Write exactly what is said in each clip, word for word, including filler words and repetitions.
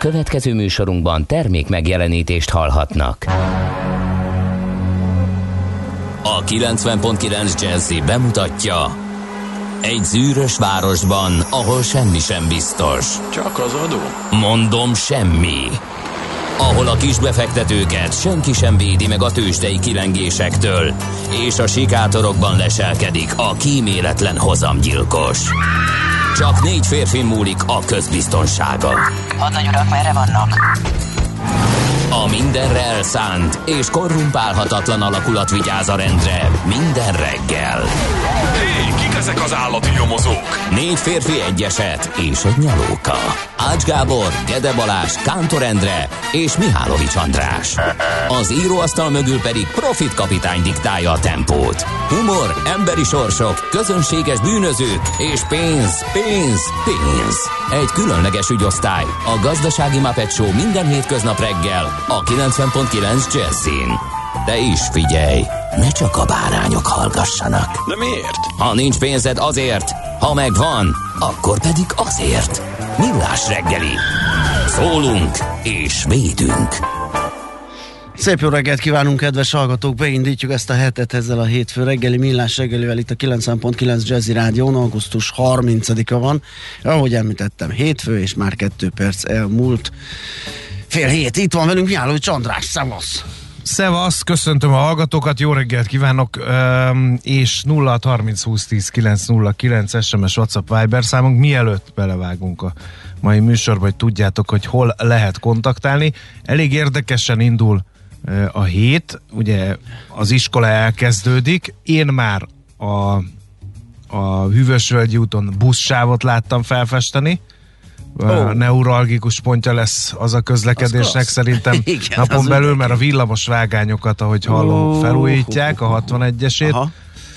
Következő műsorunkban termék megjelenítést hallhatnak. A kilencven pont kilenc Jazzy bemutatja: egy zűrös városban, ahol semmi sem biztos. Csak az adó? Mondom, semmi. Ahol a kisbefektetőket senki sem védi meg a tőzsdei kilengésektől, és a sikátorokban leselkedik a kíméletlen hozamgyilkos. Csak négy férfi múlik a közbiztonsága. Hadnagy urak, merre vannak? A mindenre elszánt és korrumpálhatatlan alakulat vigyáz a rendre minden reggel. Hé, kik ezek az állati nyomozók? Négy férfi, egy eset és egy nyalóka. Ács Gábor, Gede Balázs, Kántor Endre és Mihálovics András. Az íróasztal mögül pedig Profit kapitány diktálja a tempót. Humor, emberi sorsok, közönséges bűnözők és pénz, pénz, pénz. Egy különleges ügyosztály, a Gazdasági Muppet Show minden hétköznap reggel a kilencven pont kilenc Jazzyn. De is figyelj, ne csak a bárányok hallgassanak. De miért? Ha nincs pénzed, azért, ha megvan, akkor pedig azért. Millás reggeli. Szólunk és védünk. Szép jó reggelt kívánunk, kedves hallgatók! Beindítjuk ezt a hetet ezzel a hétfő reggeli Millás reggelivel itt a kilencven pont kilenc Jazzy Rádión. Augusztus harmincadika van. Ahogy említettem, hétfő, és már kettő perc elmúlt. Fél hét, itt van velünk Mihálovics András, szevasz! Szevasz, köszöntöm a hallgatókat, jó reggelt kívánok, és nulla hat harminc húsz tíz kilenc nulla kilenc es em es, WhatsApp, Viber számunk. Mielőtt belevágunk a mai műsorba, hogy tudjátok, hogy hol lehet kontaktálni. Elég érdekesen indul a hét, ugye az iskola elkezdődik, én már a, a Hűvösvölgyi úton buszsávot láttam felfesteni. Oh. Neuralgikus pontja lesz az a közlekedésnek szerintem igen, napon belül, mert a villamos vágányokat, ahogy hallom, oh. felújítják, a hatvanegyesét. Aha.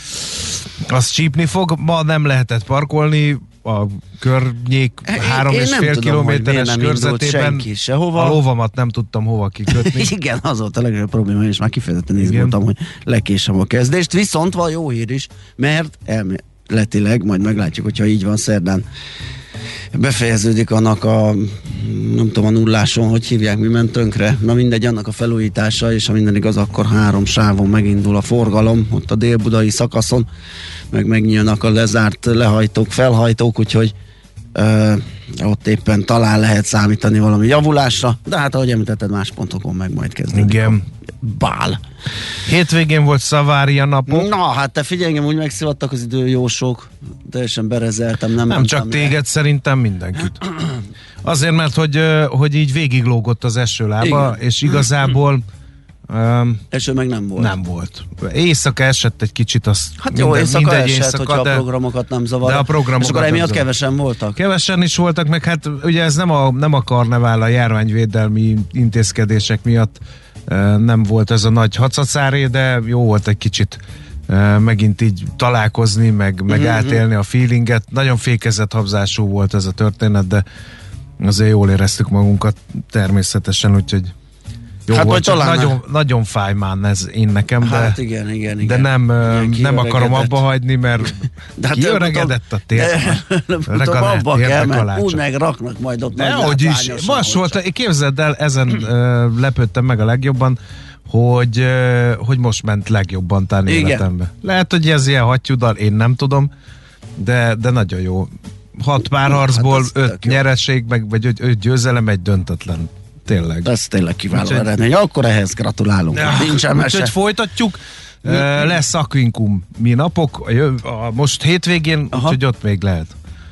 Az csípni fog, ma nem lehetett parkolni a környék három és fél kilométeres körzetében. A lovamat nem tudtam hova kikötni. Igen, az volt a legnagyobb probléma, és már kifejezetten izgultam, hogy lekésem a kezdést. Viszont van jó hír is, mert elméletileg, majd meglátjuk, hogyha így van, szerdán befejeződik annak a, nem tudom, a nulláson, hogy hívják, mi ment tönkre. Na mindegy, annak a felújítása, és ha minden igaz, akkor három sávon megindul a forgalom, ott a délbudai szakaszon, meg megnyílnak a lezárt lehajtók, felhajtók, úgyhogy ö, ott éppen talán lehet számítani valami javulásra, de hát ahogy említetted, más pontokon meg majd kezdődik. Igen. Bál. Hétvégén volt Szavária napok. Na, hát te figyelj, engem úgy megszivattak az időjósok, teljesen berezeltem, nem Nem csak téged, le. Szerintem mindenkit. Azért, mert hogy, hogy így végiglógott az esőlába, igen. És igazából Um, eső meg nem volt. Nem volt. Éjszaka esett egy kicsit, az hát jó, minden, éjszaka esett, éjszaka, hogyha de, a programokat nem zavar. De a programokat és akkor emiatt kevesen voltak? Kevesen is voltak, meg hát ugye ez nem a, nem a karnevál, a járványvédelmi intézkedések miatt uh, nem volt ez a nagy hacacáré, de jó volt egy kicsit uh, megint így találkozni, meg, meg mm-hmm. átélni a feelinget. Nagyon fékezett habzású volt ez a történet, de azért jól éreztük magunkat természetesen, úgyhogy jó hát volt, nagyon, nagyon fáj már ez én nekem, hát de, igen, igen, igen. de nem, nem akarom abba hagyni, mert hát kiöregedett a tér. Abba kell, mert úgy meg raknak majd ott de nagy látványosan. Most volt, képzeld el, ezen uh, lepődtem meg a legjobban, hogy, uh, hogy most ment legjobban tán életembe. Lehet, hogy ez ilyen hattyúdal, én nem tudom, de, de nagyon jó. Hat párharcból hát öt nyereség, meg, vagy öt, öt győzelem, egy döntetlen. Tényleg. Ez tényleg kiváló eredmény. Akkor ehhez gratulálunk. Ja, nincsen mese. Úgyhogy folytatjuk. Mi? Lesz Aquincum mi napok. Most hétvégén, úgyhogy ott még lehet.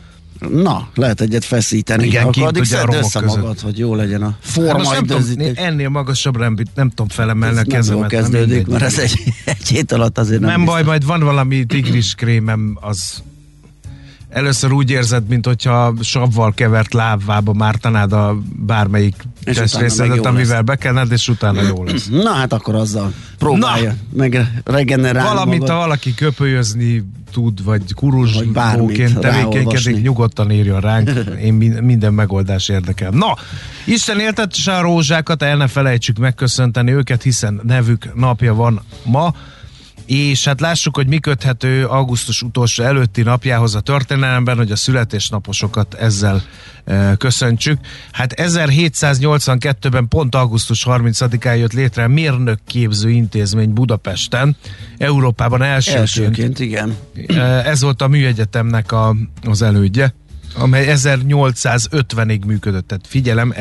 Na, lehet egyet feszíteni. Igen, akkor kint addig ugye a szedd romok össze között. Magad, hogy jó legyen a forma. Hát tudom, ennél magasabbra nem, nem tudom felemelni a kezemet. Ez nem kezdődik, mert ez egy, egy hét alatt azért nem Nem baj, majd van valami tigris krémem, az először úgy érzed, mint hogyha savval kevert lábvába mártanád a bármelyik testrészedet, amivel bekenned, és utána jó lesz. Na hát akkor azzal próbálja meg regenerálni valamint, magad. Ha valaki köpölyözni tud, vagy kuruzsóként tevékenykedik, nyugodtan írjon ránk. Én minden megoldás érdekel. Na, Isten éltetse a rózsákat, el ne felejtsük megköszönteni őket, hiszen nevük napja van ma. és hát lássuk, hogy mi köthető augusztus utolsó előtti napjához a történelemben, hogy a születésnaposokat ezzel e, köszöntsük. Hát ezerhétszáznyolcvankettőben pont augusztus harmincadikán jött létre a Mérnökképző Intézmény Budapesten, Európában elsőként. Elsőként, igen. Ez volt a műegyetemnek a, az elődje, amely ezernyolcszázötvenig működött. Tehát figyelem,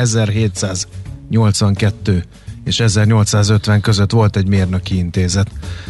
ezerhétszáznyolcvankettő és ezernyolcszázötven között volt egy mérnöki intézet.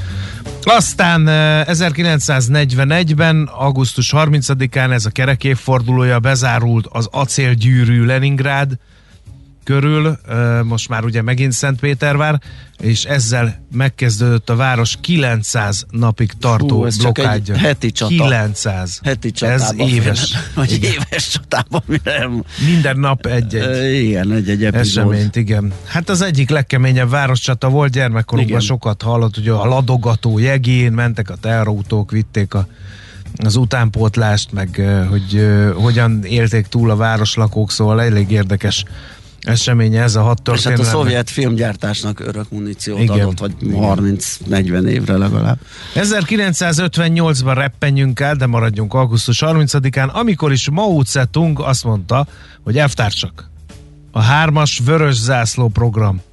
Aztán ezerkilencszáznegyvenegyben, augusztus harmincadikán, ez a kerek évfordulója, bezárult az acélgyűrű Leningrád körül, most már ugye megint Szentpétervár, és ezzel megkezdődött a város kilencszáz napig tartó Hú, ez blokkádja. Heti csata. kilencszáz. Heti csatában. Ez éves. Vagy éves csatában. Mire... Minden nap egy-egy. Igen, egy-egy epizód. Eseményt, igen. Hát az egyik legkeményebb városcsata volt, gyermekkorunkban sokat hallott, hogy a ladogató jegén mentek a teherautók, vitték a, az utánpótlást, meg hogy uh, hogyan élték túl a városlakók, szóval elég érdekes eseménye ez a hat történelem. És hát a szovjet filmgyártásnak örök muníciót igen, adott, vagy harminc-negyven évre legalább. ezerkilencszázötvennyolcban reppenjünk el, de maradjunk augusztus harmincadikán, amikor is Mao Tse-tung azt mondta, hogy elvtársak, a hármas vörös zászló program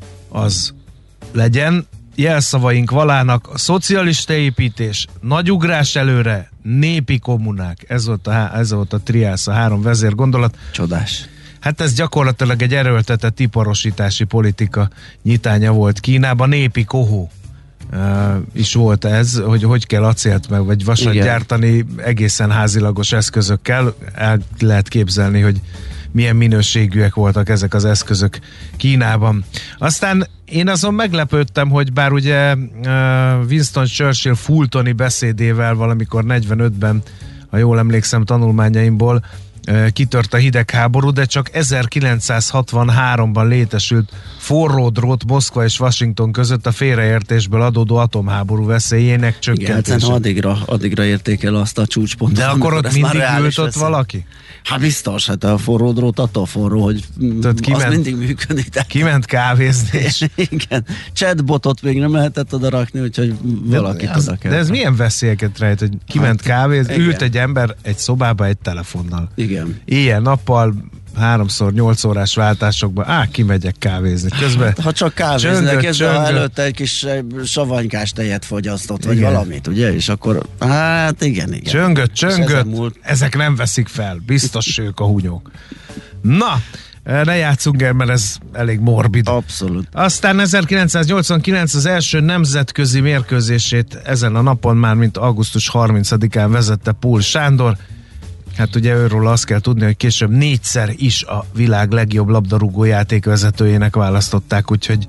az legyen, jelszavaink valának a szocialista építés, nagy ugrás előre, népi kommunák. Ez volt a, ez volt a triász, a három vezérgondolat. Csodás. Hát ez gyakorlatilag egy erőltetett iparosítási politika nyitánya volt Kínában, népi kohó uh, is volt ez, hogy hogy kell acélt meg, vagy vasat igen. gyártani egészen házilagos eszközökkel. El lehet képzelni, hogy milyen minőségűek voltak ezek az eszközök Kínában. Aztán én azon meglepődtem, hogy bár ugye uh, Winston Churchill fultoni beszédével valamikor negyvenötben, ha jól emlékszem tanulmányaimból, kitört a hidegháború, de csak ezerkilencszázhatvanháromban létesült forró drót Moszkva és Washington között a félreértésből adódó atomháború veszélyének csökkentése. Igen, addigra, addigra érték el azt a csúcspontot. De akkor ott mindig ült ott valaki? Hát biztos, hát a forró drót attól forró, hogy tehát kiment, az mindig működik. Tehát kiment kávézni. És... Igen, chatbotot még nem lehetett oda rakni, úgyhogy valakit az, oda kell. De ez milyen veszélyeket rejt, hogy kiment hát, kávézni, igen. ült egy ember egy szobába egy telefonnal. Igen. Éjjel-nappal háromszor nyolc órás váltásokban, á, kimegyek kávézni. Közben ha csak kávéznek, ez előtte egy kis savanykás tejet fogyasztott, vagy igen. valamit, ugye? És akkor, hát igen, igen. Csöngött, csöngött, ezek nem veszik fel, biztos ők a hunyók. Na, ne játszunk el, mert ez elég morbid. Abszolút. Aztán ezerkilencszáznyolcvankilenc az első nemzetközi mérkőzését ezen a napon már, mint augusztus harmincadikán vezette Pól Sándor. Hát ugye őről azt kell tudni, hogy később négyszer is a világ legjobb labdarúgó játékvezetőjének választották, úgyhogy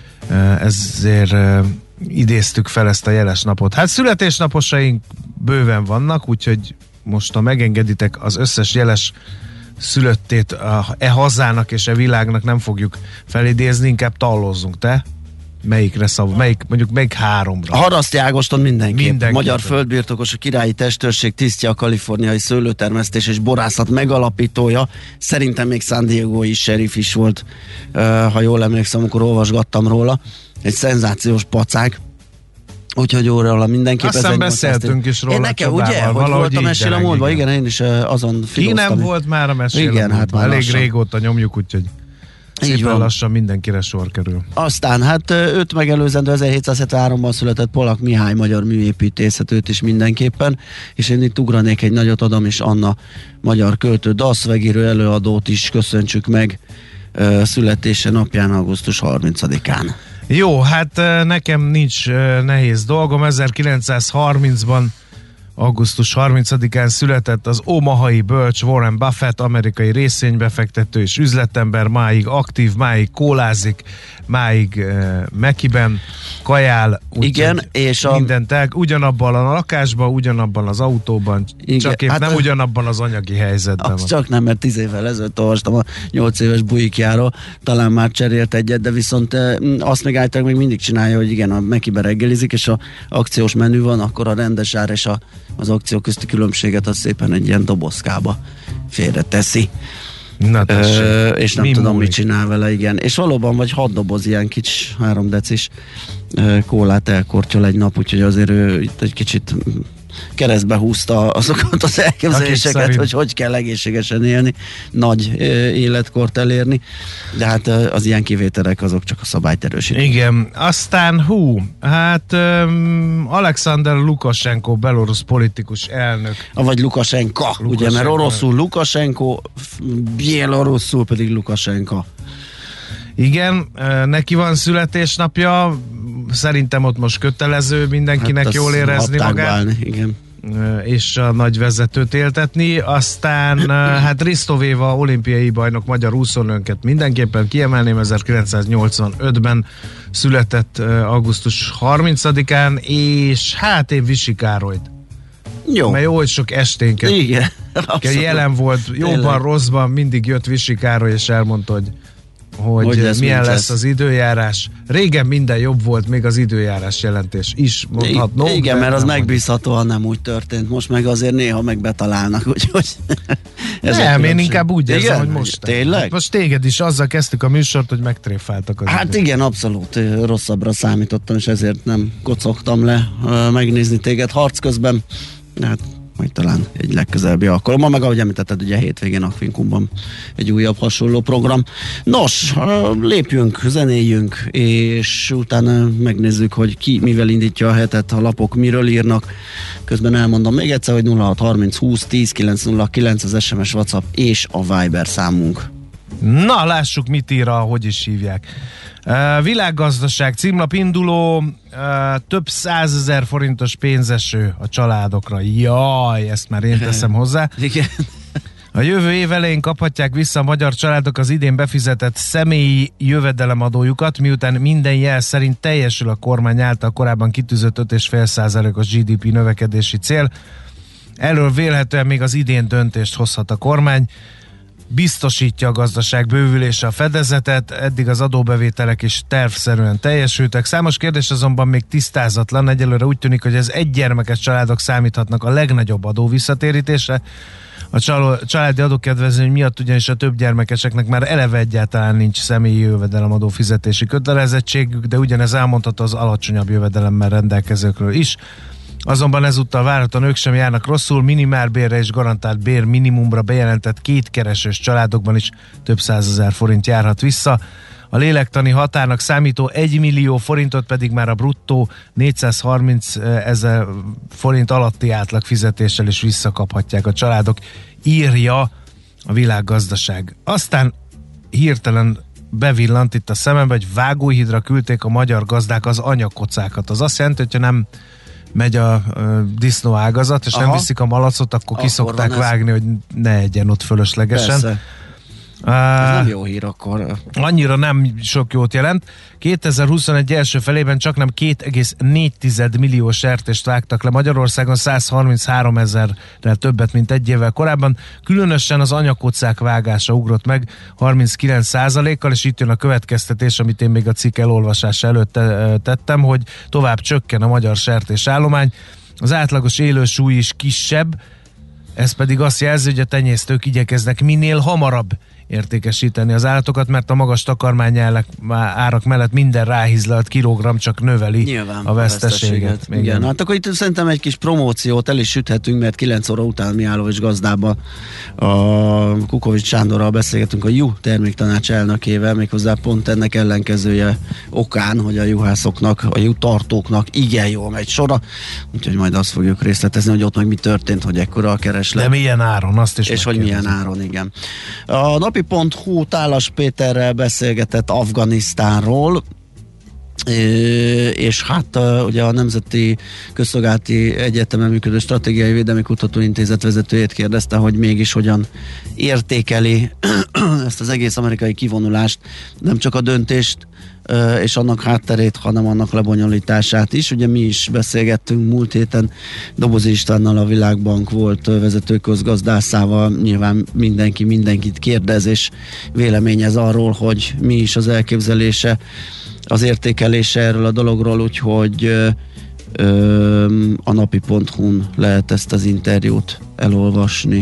ezért idéztük fel ezt a jeles napot. Hát születésnaposaink bőven vannak, úgyhogy most, ha megengeditek, az összes jeles szülöttét a, e hazának és e világnak nem fogjuk felidézni, inkább tallozzunk, te? Melyikre szav, melyik, mondjuk melyik háromra? Haraszti Ágoston mindenképp. mindenképp. Magyar földbirtokos, a királyi testőrség tisztje, a kaliforniai szőlőtermesztés és borászat megalapítója. Szerintem még San Diego-i sheriff is volt, uh, ha jól emlékszem, akkor olvasgattam róla. Egy szenzációs pacák. Úgyhogy óra mindenképp. Aztán beszéltünk is róla. Én nekem, ugye, hogy volt a mesél a múltban, igen, én is uh, azon filoztam. Ki nem volt már a mesél igen, a hát elég lassan. Régóta nyomjuk, úgyhogy szépen lassan mindenkire sor kerül. Aztán hát őt megelőzendő ezerhétszázhetvenháromban született Polak Mihály magyar műépítészet, őt is mindenképpen, és én itt ugranék egy nagyot, Adam és Anna magyar költő, dalszövegíró, előadót is köszöntsük meg uh, születése napján, augusztus harmincadikán. Jó, hát nekem nincs nehéz dolgom. ezerkilencszázharmincban augusztus harmincadikán született az omahai bölcs Warren Buffett, amerikai részvénybefektető és üzletember, máig aktív, máig kólázik, máig uh, Mekiben kajál. Igen, és a... mindent el, ugyanabban a lakásban, ugyanabban az autóban, igen, csak épp hát nem a... ugyanabban az anyagi helyzetben. Az csak nem, mert tíz évvel ezelőtt olvastam a nyolc éves bujikjáról, talán már cserélt egyet, de viszont azt még általában még mindig csinálja, hogy igen, a Mekiben reggelizik, és a akciós menü van, akkor a rendes ár és a az akció közti különbséget az szépen egy ilyen dobozkába félre teszi. Na, Ö, és nem Mi tudom, múlik? mit csinál vele, igen. És valóban vagy hat doboz ilyen kicsi, három decis ö, kólát elkortyol egy nap, úgyhogy azért ő itt egy kicsit keresztbe húzta azokat az elképzeléseket, szerint- hogy hogy kell egészségesen élni, nagy ö, életkort elérni, de hát ö, az ilyen kivételek azok csak a szabályt erősítik. Igen, aztán hú, hát um, Alexander Lukasenko, belorusz politikus elnök. Vagy Lukasenka, ugye, mert oroszul Lukasenko, bieloruszul pedig Lukasenka. Igen, ö, neki van születésnapja, szerintem ott most kötelező mindenkinek Hát jól azt érezni hatták magát. bálni, igen. Ö, és a nagy vezetőt éltetni. Aztán ö, hát Ristovéva olimpiai bajnok, magyar úszónőnket mindenképpen kiemelném, ezerkilencszáznyolcvanötben született ö, augusztus harmincadikán, és hát én Visi Károlyt. Jó. Mert jó, hogy sok esténket Igen. jelen volt, jobban, Tényleg. rosszban, mindig jött Visi Károly, és elmondta, hogy hogy, Hogy lesz, lesz, milyen mint lesz lesz. az időjárás. Régen minden jobb volt, még az időjárás jelentés is mondhatnó. Igen, de mert az nem megbízhatóan nem úgy történt. Most meg azért néha megbetalálnak, úgyhogy... ez a Nem, én különbség. inkább úgy érzem, Igen? hogy most. Tényleg? Hát most téged is azzal kezdtük a műsort, hogy megtréfáltak az Hát időt. igen, abszolút rosszabbra számítottam, és ezért nem kocogtam le ö, megnézni téged harc közben. Hát majd talán egy legközelebbi alkalommal, meg ahogy említetted, ugye hétvégén Aquincumban egy újabb hasonló program. Nos, ö, lépjünk, zenéljünk, és utána megnézzük, hogy ki mivel indítja a hetet, a lapok miről írnak. Közben elmondom még egyszer, hogy nulla hat harminc húsz tíz kilenc nulla kilenc az es em es, WhatsApp és a Viber számunk. Na, lássuk, mit ír a, hogy is hívják. Uh, világgazdaság címlap induló, uh, több százezer forintos pénzeső a családokra. Jaj, ezt már én teszem hozzá. Igen. A jövő év elején kaphatják vissza a magyar családok az idén befizetett személyi jövedelemadójukat, miután minden jel szerint teljesül a kormány által korábban kitűzött öt egész öt százalékos gé dé pé növekedési cél. Erről vélhetően még az idén döntést hozhat a kormány. Biztosítja a gazdaság bővülése a fedezetet, eddig az adóbevételek is tervszerűen teljesültek. Számos kérdés azonban még tisztázatlan, egyelőre úgy tűnik, hogy az egygyermekes családok számíthatnak a legnagyobb adó visszatérítésre. A családi adókedvezmény miatt ugyanis a több gyermekeseknek már eleve egyáltalán nincs személyi jövedelemadó fizetési kötelezettségük, de ugyanez elmondható az alacsonyabb jövedelemmel rendelkezőkről is. Azonban ezúttal várhatóan ők sem járnak rosszul, minimálbérre és garantált bér minimumra bejelentett kétkeresős családokban is több százezer forint járhat vissza. A lélektani határnak számító egy millió forintot pedig már a bruttó négyszázharminc ezer forint alatti átlag fizetéssel is visszakaphatják a családok, írja a Világgazdaság. Aztán hirtelen bevillant itt a szemembe, hogy Vágóhídra küldték a magyar gazdák az anyakocákat. Az azt jelenti, hogyha nem megy a uh, disznóágazat, és Aha. nem viszik a malacot, akkor, akkor kiszokták vágni, hogy ne egyen ott fölöslegesen. Persze. Uh, Ez nem jó hír akkor. Annyira nem sok jót jelent. kétezer-huszonegy első felében csaknem két egész négy millió sertést vágtak le Magyarországon, százharminchárom ezerrel többet, mint egy évvel korábban. Különösen az anyakocák vágása ugrott meg harminckilenc százalékkal, és itt jön a következtetés, amit én még a cikk elolvasása előtt tettem, hogy tovább csökken a magyar sertésállomány. Az átlagos élősúly is kisebb, ez pedig azt jelzi, hogy a tenyésztők igyekeznek minél hamarabb értékesíteni az állatokat, mert a magas takarmányárak árak mellett minden ráhízlalt kilogramm csak növeli Nyilván a veszteséget. A Igen. Igen. Hát akkor itt szerintem egy kis promóciót el is süthetünk, mert kilenc óra után Mihálovics gazdában a Kukovics Sándorral beszélgetünk a Jú terméktanács elnökével, méghozzá pont ennek ellenkezője okán, hogy a juhászoknak, a Jú tartóknak igen jól megy sora, úgyhogy majd azt fogjuk részletezni, hogy ott meg mi történt, hogy ekkora a kereslet. De milyen áron, azt is és hogy milyen áron, igen. A napi pont hú Tálas Péterrel beszélgetett Afganisztánról, és hát ugye a Nemzeti Közszolgálati Egyetemen működő Stratégiai Védelmi Kutatóintézet vezetőjét kérdezte, hogy mégis hogyan értékeli ezt az egész amerikai kivonulást, nem csak a döntést és annak hátterét, hanem annak lebonyolítását is. Ugye mi is beszélgettünk múlt héten Dobozi Istvánnal, a Világbank volt vezető közgazdászával, nyilván mindenki mindenkit kérdez és véleményez arról, hogy mi is az elképzelése, az értékelése erről a dologról, úgyhogy ö, ö, a napi pont hu-n lehet ezt az interjút elolvasni.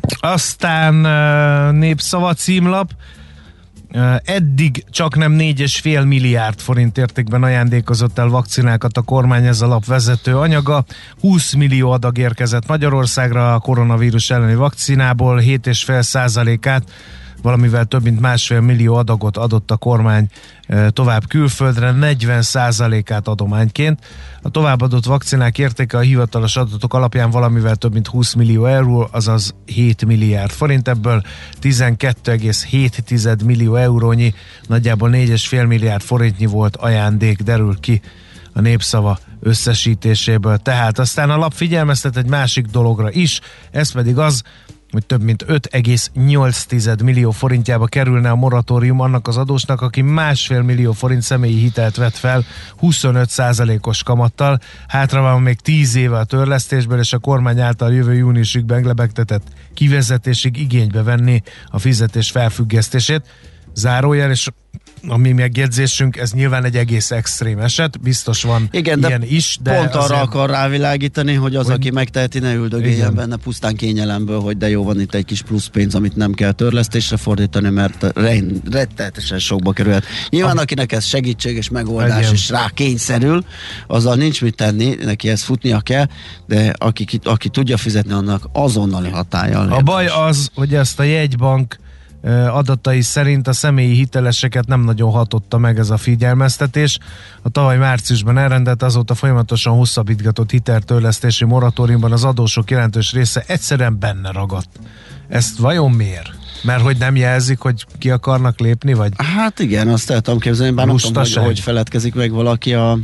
Aztán uh, Népszava címlap. Uh, eddig csak nem négy egész öt milliárd forint értékben ajándékozott el vakcinákat a kormány, ez a lap vezető anyaga. húsz millió adag érkezett Magyarországra a koronavírus elleni vakcinából, hét egész öt százalékát, valamivel több mint másfél millió adagot adott a kormány tovább külföldre, negyven százalékát adományként. A továbbadott vakcinák értéke a hivatalos adatok alapján valamivel több mint húsz millió euró, azaz hét milliárd forint, ebből tizenkét egész hét millió eurónyi, nagyjából négy egész öt milliárd forintnyi volt ajándék, derül ki a Népszava összesítéséből. Tehát aztán a lap figyelmeztet egy másik dologra is, ez pedig az, hogy több mint öt egész nyolc millió forintjába kerülne a moratórium annak az adósnak, aki másfél millió forint személyi hitelt vett fel huszonöt százalékos kamattal. Hátra van még tíz éve a törlesztésből, és a kormány által jövő júniusig meglebegtetett kivezetésig igénybe venni a fizetés felfüggesztését. Zárójel, és a mi megjegyzésünk, ez nyilván egy egész extrém eset, biztos van igen, ilyen is, de pont arra akar rávilágítani, hogy az, hogy... aki megteheti, ne üldögéljen benne pusztán kényelemből, hogy de jó, van itt egy kis plusz pénz, amit nem kell törlesztésre fordítani, mert rettenetesen sokba kerülhet. Nyilván, a... akinek ez segítség és megoldás, igen, és rá kényszerül, azzal nincs mit tenni, neki ezt futnia kell, de aki, aki tudja fizetni, annak azonnali hatállyal. A baj az, hogy ezt a jegybank adatai szerint a személyi hiteleseket nem nagyon hatotta meg ez a figyelmeztetés. A tavaly márciusban elrendelt, azóta folyamatosan hosszabbítgatott hiteltörlesztési moratóriumban az adósok jelentős része egyszerűen benne ragadt. Ezt vajon miért? Mert hogy nem jelzik, hogy ki akarnak lépni, vagy? Hát igen, azt el tudom képzelni, bár nem tudom, hogy, hogy feledkezik meg valaki a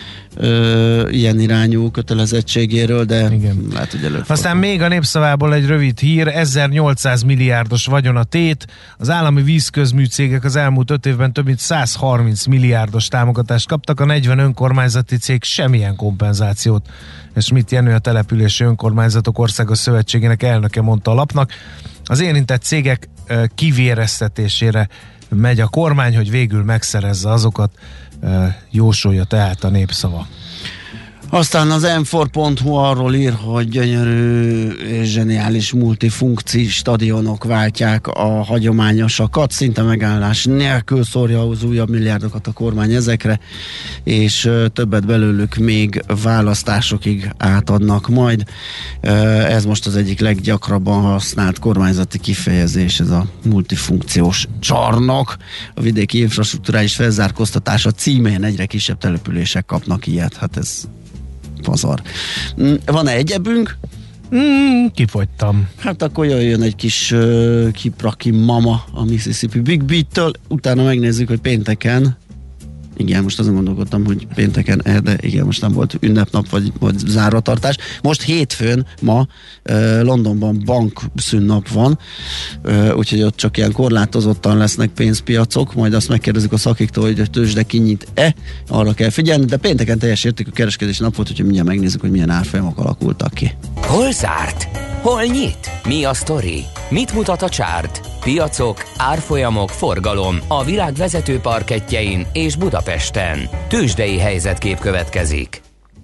Ö, ilyen irányú kötelezettségéről, de igen, lehet, hogy előbb. Aztán még a Népszavából egy rövid hír, ezernyolcszáz milliárdos vagyon a tét. Az állami vízközműcégek az elmúlt öt évben több mint száz harminc milliárdos támogatást kaptak, a negyven önkormányzati cég semmilyen kompenzációt. És mit Jenő, a Települési Önkormányzatok Országos Szövetségének elnöke mondta a lapnak. Az érintett cégek kivéreztetésére megy a kormány, hogy végül megszerezze azokat, jósolja tehát a Népszava. Aztán az em négy pont hu arról ír, hogy gyönyörű és zseniális multifunkci stadionok váltják a hagyományosakat, szinte megállás nélkül szórja az újabb milliárdokat a kormány ezekre, és többet belőlük még választásokig átadnak majd. Ez most az egyik leggyakrabban használt kormányzati kifejezés, ez a multifunkciós csarnok. A vidéki infrastrukturális felzárkóztatása címén egyre kisebb települések kapnak ilyet. Hát ez pazar. Van-e egyebünk? Mm, kifogytam. Hát akkor jöjjön egy kis uh, kipraki mama a Mississippi Big Beat-től, utána megnézzük, hogy pénteken, igen, most azon gondolkodtam, hogy pénteken, de igen, most nem volt ünnepnap, vagy, vagy záratartás. Most hétfőn, ma uh, Londonban bankszünnap van, uh, úgyhogy ott csak ilyen korlátozottan lesznek pénzpiacok, majd azt megkérdezik a szakiktól, hogy a tőzsde kinyit-e, arra kell figyelni, de pénteken teljes értékű kereskedési nap volt, úgyhogy mindjárt megnézzük, hogy milyen árfolyamok alakultak ki. Hol zárt? Hol nyit? Mi a sztori? Mit mutat a csárt? Piacok, árfolyamok, forgalom a világ vezető parkettjein és Budapesten. Tőzsdei helyzetkép következik.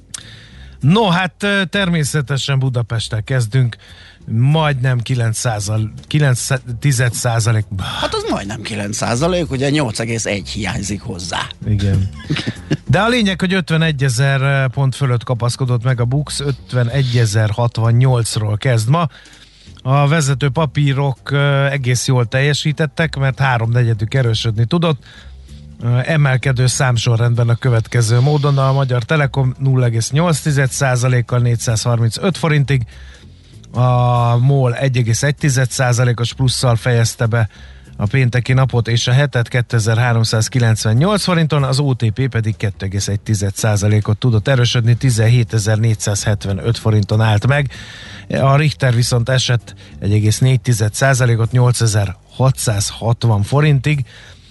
No, hát természetesen Budapesttel kezdünk. Majdnem kilenc százalék. Hát az majdnem kilenc százalék, ugye nyolc egész egy hiányzik hozzá. Igen. De a lényeg, hogy ötvenegyezer pont fölött kapaszkodott meg a BUX, ötvenegyezer hatvannyolcról kezd ma. A vezető papírok egész jól teljesítettek, mert háromnegyedük erősödni tudott. Emelkedő számsorrendben a következő módon: a Magyar Telekom nulla egész nyolc százalékkal négyszázharmincöt forintig, a MOL egy egész egy százalékos plusszal fejezte be a pénteki napot, és a hetet kétezer-háromszázkilencvennyolc forinton, az o té pé pedig két egész egy százalékot tudott erősödni, tizenhétezer-négyszázhetvenöt forinton állt meg. A Richter viszont esett egy egész négy százalékot nyolcezer-hatszázhatvan forintig,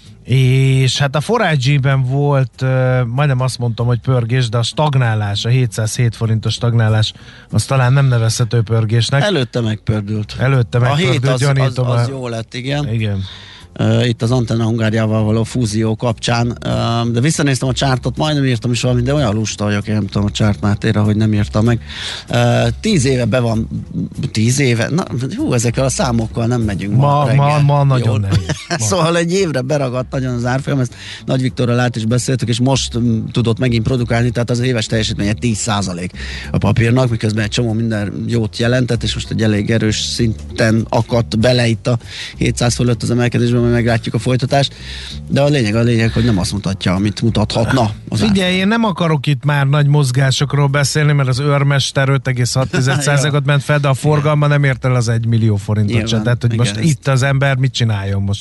és hát a forágyiben volt, majdnem azt mondtam, hogy pörgés, de a stagnálás, a hétszázhét forintos stagnálás, az talán nem nevezhető pörgésnek. Előtte megpördült. Előtte megpördült, a hét az, gyanítom. az, az jó lett, igen. Igen. uh, itt az Antenna Hungáriával való fúzió kapcsán, uh, de visszanéztem a csártot, majdnem írtam is valamit, de olyan lusta vagyok, én nem tudom a csárt Mátéra, hogy nem írtam meg. Uh, tíz éve be van, tíz éve, na, hú, ezekkel a számokkal nem megyünk ma, ma, ma, ma nagyon nehéz. Szóval egy évre beragadt nagyon az árfolyam, ezt Nagy Viktorral át is beszéltük, és most m, tudott megint produkálni, tehát az éves teljesítménye tíz százalék a papírnak, miközben egy csomó minden jót jelentett, és most egy elég erős szinten akadt bele itt a hétszáz fölött az emelkedésben, majd meglátjuk a folytatást, de a lényeg a lényeg, hogy nem azt mutatja, amit mutathatna. Figyelj, én nem akarok itt már nagy mozgásokról beszélni, mert az őrmester öt egész hat százalékot ment fel, de a forgalma nem ért el az egy millió forintot sem. Tehát, hogy igen, most ezt... itt az ember mit csináljon most?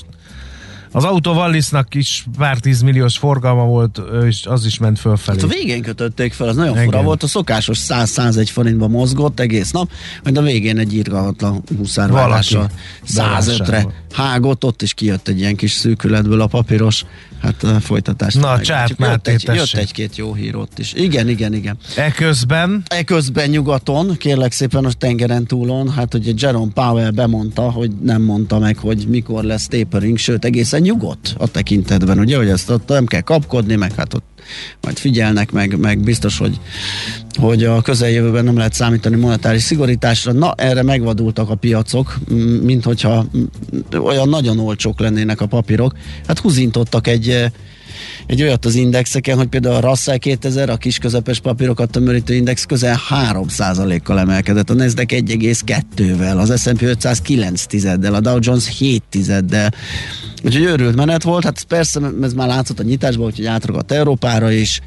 Az Auto Wallisnak is pár tízmilliós forgalma volt, és az is ment fölfelé. Hát a végén kötötték fel, az nagyon igen. fura volt, a szokásos száz-százegy forintba mozgott egész nap, majd a végén egy irgalmatlan huszárvágással százötre hágott, ott is kijött egy ilyen kis szűkületből a papíros, hát a folytatást. Na, Csárt Máté, jött, egy, jött egy-két jó hír ott is. Igen, igen, igen. Eközben? Eközben nyugaton, kérlek szépen a tengeren túlon, hát ugye Jerome Powell bemondta, hogy nem mondta meg, hogy mikor lesz tapering, sőt egészen nyugodt a tekintetben, ugye, hogy ezt ott nem kell kapkodni, meg hát ott majd figyelnek, meg, meg biztos, hogy, hogy a közeljövőben nem lehet számítani monetáris szigorításra. Na, erre megvadultak a piacok, mint hogyha olyan nagyon olcsók lennének a papírok. Hát húzintottak egy, egy olyat az indexeken, hogy például a Russell kétezer, a kis közepes papírokat tömörítő index közel három százalékkal emelkedett, a Nasdaq egy egész kettővel, az es and pé ötszáz kilenc tizeddel, a Dow Jones hét tizeddel. Úgyhogy őrült menet volt, hát persze ez már látszott a nyitásban, úgyhogy átragadt Európára is,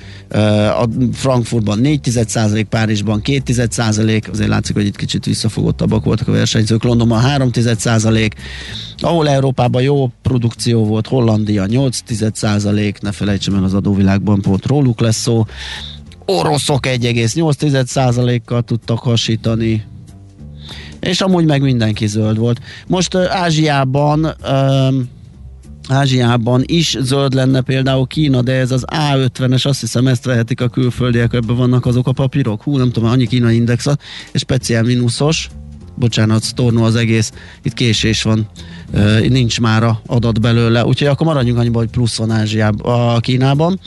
a Frankfurtban négy tized százalék, Párizsban két tized százalék, azért látszik, hogy itt kicsit visszafogottabbak voltak a versenyzők, Londonban három tized százalék, ahol Európában jó produkció volt, Hollandia nyolc tized százalék, ne felejtsem el, az adóvilágban pont róluk lesz szó, oroszok egy egész nyolc tized százalékkal tudtak hasítani, és amúgy meg mindenki zöld volt. Most uh, Ázsiában um, Ázsiában is zöld lenne például Kína, de ez az á ötvenes, azt hiszem ezt vehetik a külföldiek, ebben vannak azok a papírok. Hú, nem tudom, annyi kínai index, és speciál mínuszos, bocsánat, sztornó az egész, itt késés van, uh, nincs már adat belőle, úgyhogy akkor maradjunk annyiban, hogy plusz van Ázsiában, a Kínában.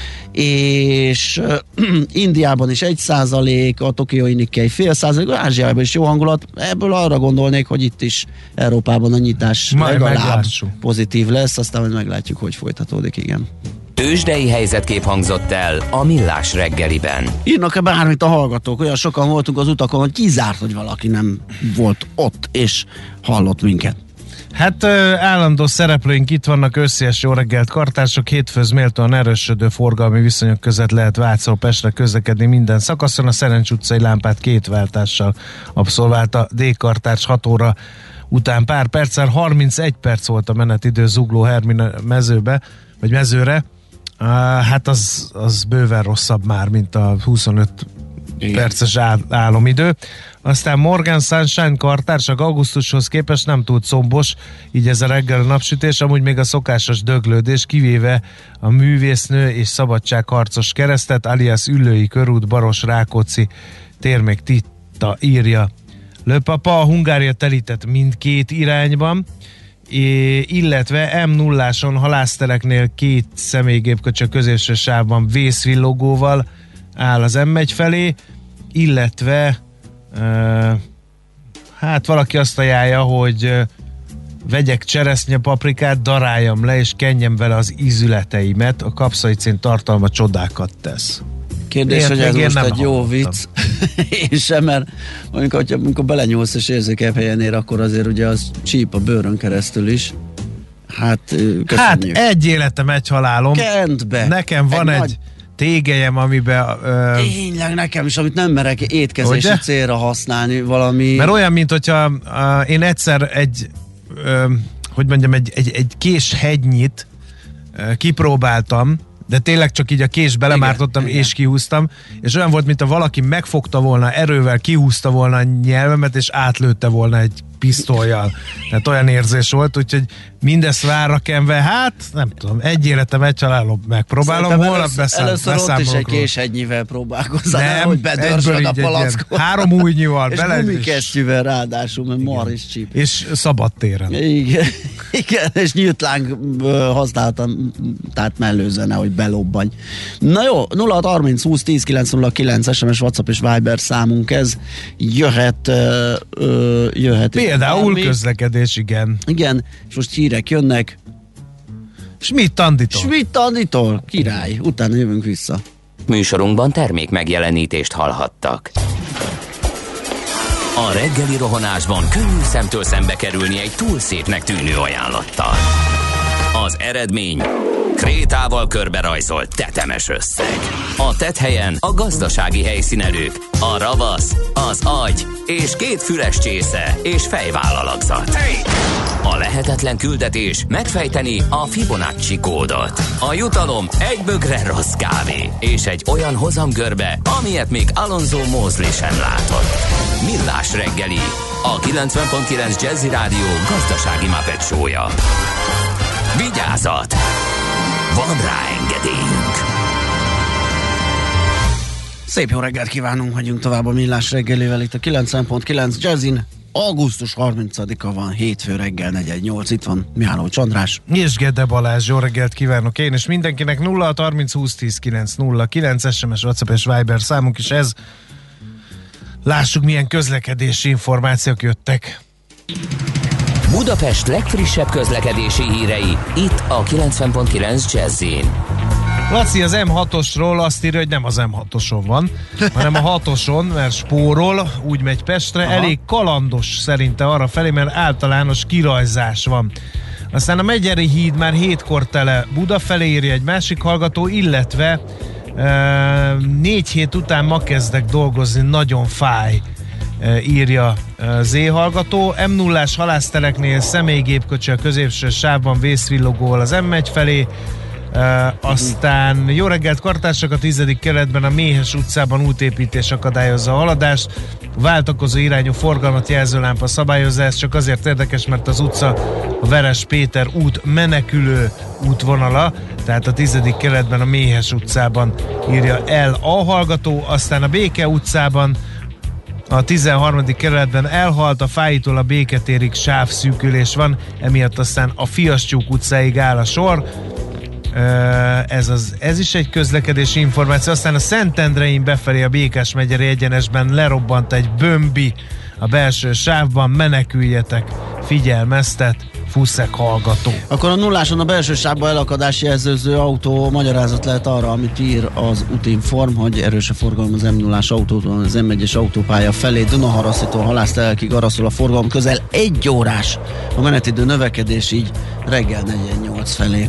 És uh, Indiában is egy százalék, a Tokiói Nikkei fél százalék, Ázsiában is jó hangulat, ebből arra gondolnék, hogy itt is Európában a nyitás majd legalább meglássuk. Pozitív lesz, aztán majd meglátjuk, hogy folytatódik, igen. Tőzsdei helyzetkép hangzott el a Millás reggeliben. Írnak-e bármit a hallgatók? Olyan sokan voltunk az utakon, hogy kizárt, hogy valaki nem volt ott, és hallott minket. Hát állandó szereplőink itt vannak, összes jó reggelt kartársak, hétfőz méltóan erősödő forgalmi viszonyok között lehet Vácról Pestre közlekedni minden szakaszon, a Szerencs utcai lámpát két váltással abszolválta D-kartárs hat óra után pár perccel, harmincegy perc volt a menetidő Zugló Hermina mezőbe, vagy mezőre, uh, hát az, az bőven rosszabb már, mint a huszonöt igen. perces áll- álomidő. Aztán Morgan Sunshine kartársak augusztushoz képest nem túl combos, így ez a reggel a napsütés, amúgy még a szokásos döglődés, kivéve a művésznő és szabadságharcos keresztet, alias Üllői körút, Baros Rákóczi tér még titta írja. Le Papa, a Hungária telített mindkét irányban, é, illetve em nulláson halásztereknél két személygépkocsi a középső sávban vészvillogóval áll az em egy felé, illetve uh, hát valaki azt ajánlja, hogy uh, vegyek cseresznye paprikát, daráljam le és kenjem vele az ízületeimet, a kapszaicin tartalma csodákat tesz. Kérdés, én, hogy ez most egy jó hallottam. Vicc. Én sem, mert amikor, amikor belenyúlsz és érzékebb helyen ér, akkor azért ugye az csíp a bőrön keresztül is. Hát köszönjük. Hát egy életem, egy halálom. Kent be. Nekem van egy, egy nagy... tégeljem, amiben... Ö... Tényleg nekem is, amit nem merek étkezési ugye? Célra használni, valami... Mert olyan, mint hogyha uh, én egyszer egy, uh, hogy mondjam, egy, egy, egy kés hegynyit uh, kipróbáltam, de tényleg csak így a kés belemártottam igen, és igen. kihúztam, és olyan volt, mint ha valaki megfogta volna, erővel kihúzta volna a nyelvemet, és átlőtte volna egy pisztollyal. Tehát olyan érzés volt, úgyhogy mindezt várra kenve, hát nem tudom, egy életem, egy halálom megpróbálom, holnap beszáll, először ott is egy késhegynyivel próbálkozzál, hogy bedörzsöd a palackot. Három újnyival és bele. És gumikesztyűvel ráadásul, mert mar is csíp. És szabad téren. Igen, igen, és nyílt láng használtam, tehát mellőzene, hogy belobbanj. Na jó, nulla harminc húsz tíz kilenc nulla kilenc es em es, WhatsApp és Viber számunk ez. Jöhet, ö, ö, jöhet. Például bármi. Közlekedés, igen. Igen, és most hírek jönnek. Schmidt Anditól. Schmidt Anditól, király. Utána jövünk vissza. Műsorunkban termék megjelenítést hallhattak. A reggeli rohanásban könnyű szemtől szembe kerülni egy túl szépnek tűnő ajánlattal. Az eredmény krétával körberajzolt tetemes összeg. A tetthelyen a gazdasági helyszínelők, a ravasz, az agy és két füles csésze és fejvállalakzat. A lehetetlen küldetés megfejteni a Fibonacci kódot. A jutalom egy bögre rossz kávé és egy olyan hozamgörbe, amilyet még Alonso Mosley sem látott. Millás reggeli, a kilencven pont kilenc Jazzy Rádió gazdasági Muppet show-ja. Vigyázat! Van rá engedélyünk! Szép jó reggelt kívánunk, hagyjunk tovább a Millás reggelivel itt a kilencven pont kilenc Jazzin. augusztus harmincadika van, hétfő reggel negyven nyolc, itt van Mihálovics András. És Gede Balázs, jó reggelt kívánok én, és mindenkinek. Nulla harminc húsz tíz kilenc nulla kilenc es em es, WhatsApp és Viber számunk is ez. Lássuk, milyen közlekedési információk jöttek. Budapest legfrissebb közlekedési hírei, itt a kilencven pont kilenc Jazzin. Laci az em hatosról azt írja, hogy nem az em hatoson van, hanem a hatoson, mert spórol, úgy megy Pestre. Aha. Elég kalandos szerinte arra felé, mert általános kirajzás van. Aztán a Megyeri híd már hétkor tele Buda felé, írja egy másik hallgató, illetve e, négy hét után ma kezdek dolgozni, nagyon fáj, e, írja Z hallgató. em nullás halászteleknél személygépkocsi a középső sávban vészvillogóval az em egy felé. Uh, aztán jó reggelt kartársak, a tizedik keretben a Méhes utcában útépítés akadályozza a haladást. Váltakozó irányú forgalmat jelzőlámpa szabályozás, csak azért érdekes, mert az utca a Veres Péter út menekülő útvonala, tehát a tizedik keretben a Méhes utcában, írja el a hallgató. Aztán a Béke utcában a tizenharmadik kerületben elhalt, a Fáitól a Béketérig sávszűkülés van, emiatt aztán a Fiaschuk utcáig áll a sor. Ez, az, ez is egy közlekedési információ. Aztán a Szentendrein befelé a Békás-megyeri egyenesben lerobbant egy bömbi a belső sávban, meneküljetek, figyelmeztet Fuszek hallgató. Akkor a nulláson a belső sávban elakadás jelzőző autó magyarázat lehet arra, amit ír az Utinform, hogy erős a forgalom az em nullás autótól, az em egyes autópálya felé, Dunaharasztitól Halásztelekig araszol a forgalom, közel egy órás a menetidő növekedés, így reggel negyven nyolc felé.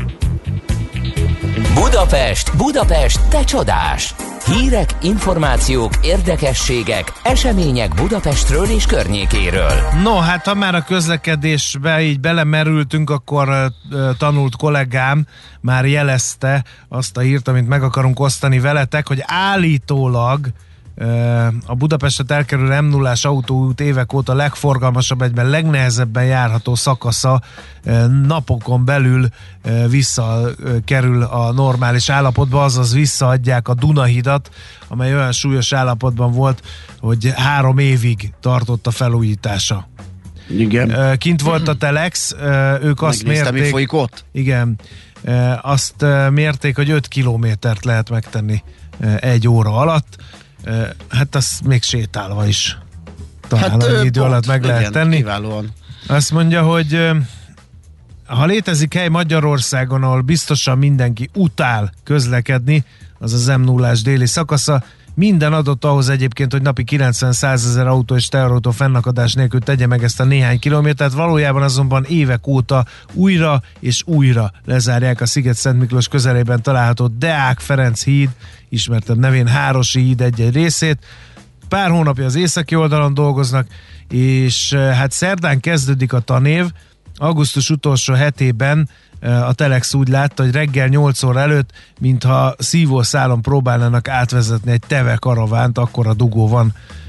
Budapest, Budapest, te csodás! Hírek, információk, érdekességek, események Budapestről és környékéről. No, hát ha már a közlekedésbe így belemerültünk, akkor uh, tanult kollégám már jelezte azt a hírt, amit meg akarunk osztani veletek, hogy állítólag uh, a Budapestet elkerülő em nullás autóút évek óta legforgalmasabb, egyben legnehezebben járható szakasza uh, napokon belül uh, visszakerül a normális állapotba, azaz visszaadják a Dunahidat, amely olyan súlyos állapotban volt, hogy három évig tartott a felújítása. Igen. Uh, kint volt a Telex, uh, ők azt Megnéztem, mérték. mi folyik ott? Igen. Uh, azt uh, mérték, hogy öt kilométert lehet megtenni uh, egy óra alatt. Hát azt még sétálva is talán hát, egy idő pont, alatt meg lehet igen, tenni. Kiválóan. Azt mondja, hogy ha létezik hely Magyarországon, ahol biztosan mindenki utál közlekedni, az az em nullás déli szakasza. Minden adott ahhoz egyébként, hogy napi kilencven-százezer autó és teherautó fennakadás nélkül tegye meg ezt a néhány kilométert. Valójában azonban évek óta újra és újra lezárják a Sziget-Szent Miklós közelében található Deák Ferenc híd, ismertebb nevén Hárosi híd egy-egy részét. Pár hónapja az északi oldalon dolgoznak, és hát szerdán kezdődik a tanév. Augusztus utolsó hetében a Telex úgy látta, hogy reggel nyolc óra előtt, mintha szívószálon próbálnának átvezetni egy teve karavánt, akkora dugó van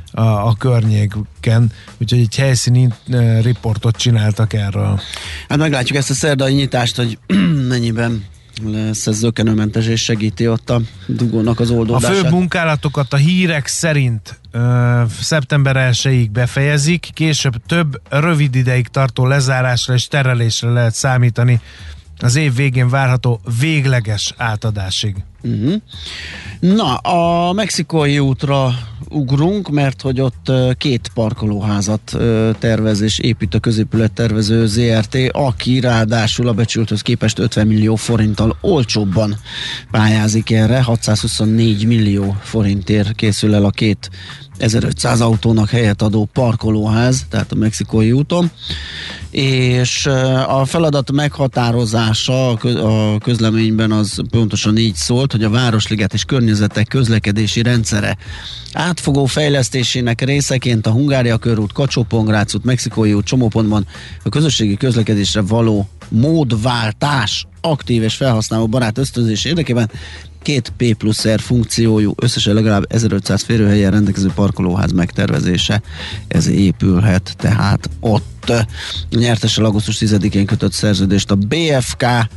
a, a környéken, úgyhogy egy helyszíni uh, riportot csináltak erről. Hát meglátjuk ezt a szerdai nyitást, hogy mennyiben lesz ez zökkenőmentes és segíti ott a dugónak az oldódását. A főbb munkálatokat a hírek szerint uh, szeptember elsejéig befejezik, később több rövid ideig tartó lezárásra és terelésre lehet számítani az év végén várható végleges átadásig. Uh-huh. Na, a Mexikói útra ugrunk, mert hogy ott két parkolóházat tervez és épít a középület tervező zé er té, aki ráadásul a becsülthöz képest ötven millió forinttal olcsóbban pályázik erre, hatszázhuszonnégy millió forintért készül el a két ezerötszáz autónak helyet adó parkolóház, tehát a Mexikói úton, és a feladat meghatározása a közleményben az pontosan így szólt, hogy a Városliget és környezetek közlekedési rendszere átfogó fejlesztésének részeként a Hungária körút, Kacsó-Pongrác út, Mexikói út csomópontban a közösségi közlekedésre való módváltás aktív és felhasználó barát ösztönzés érdekében két P plusz R funkciójú, összesen legalább ezerötszáz férőhelyen rendelkező parkolóház megtervezése, ez épülhet tehát ott. Nyertesen augusztus tizedikén kötött szerződést a bé ef ká,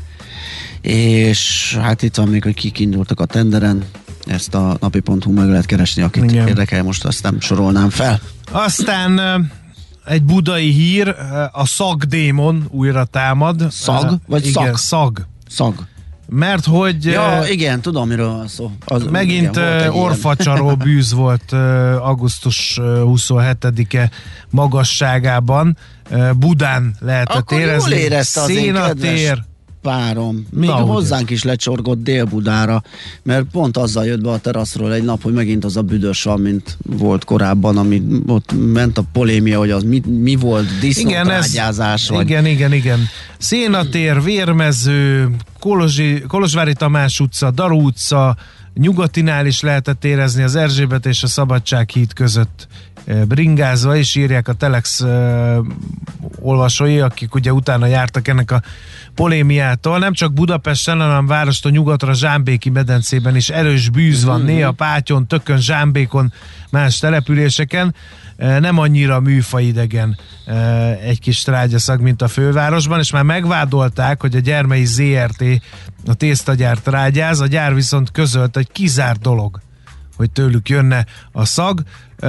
és hát itt van még, hogy kik indultak a tenderen, ezt a napi pont hu meg lehet keresni, akit igen. érdekel, most azt nem sorolnám fel. Aztán egy budai hír, a szagdémon újra támad. Szag? Vagy igen, szag? Szag. Szag. Mert hogy... Ja, uh, igen, tudom, miről van szó. Az, megint igen, orfacsaró bűz volt uh, augusztus huszonhetedike magasságában. Uh, Budán lehetett akkor érezni. Akkor jól érezte az én kedves párom. Még Na, hozzánk ugye. is lecsorgott Dél-Budára, mert pont azzal jött be a teraszról egy nap, hogy megint az a büdös van, mint volt korábban, ami ott ment a polémia, hogy az mi, mi volt, disznótrágyázás. Vagy... Igen, igen, igen. Szénatér, Vérmező, Kolozsi, Kolozsvári Tamás utca, Daru utca, Nyugatinál is lehetett érezni az Erzsébet és a Szabadság híd között bringázva, és írják a Telex uh, olvasói, akik ugye utána jártak ennek a polémiától. Nem csak Budapesten, hanem várostól nyugatra Zsámbéki medencében is erős bűz van, néha Pátyon, Tökön, Zsámbékon, más településeken. Uh, nem annyira műfaidegen uh, egy kis trágyaszag, mint a fővárosban, és már megvádolták, hogy a Gyermei zé er té a tésztagyár trágyáz, a gyár viszont közölt, hogy kizárt dolog, hogy tőlük jönne a szag,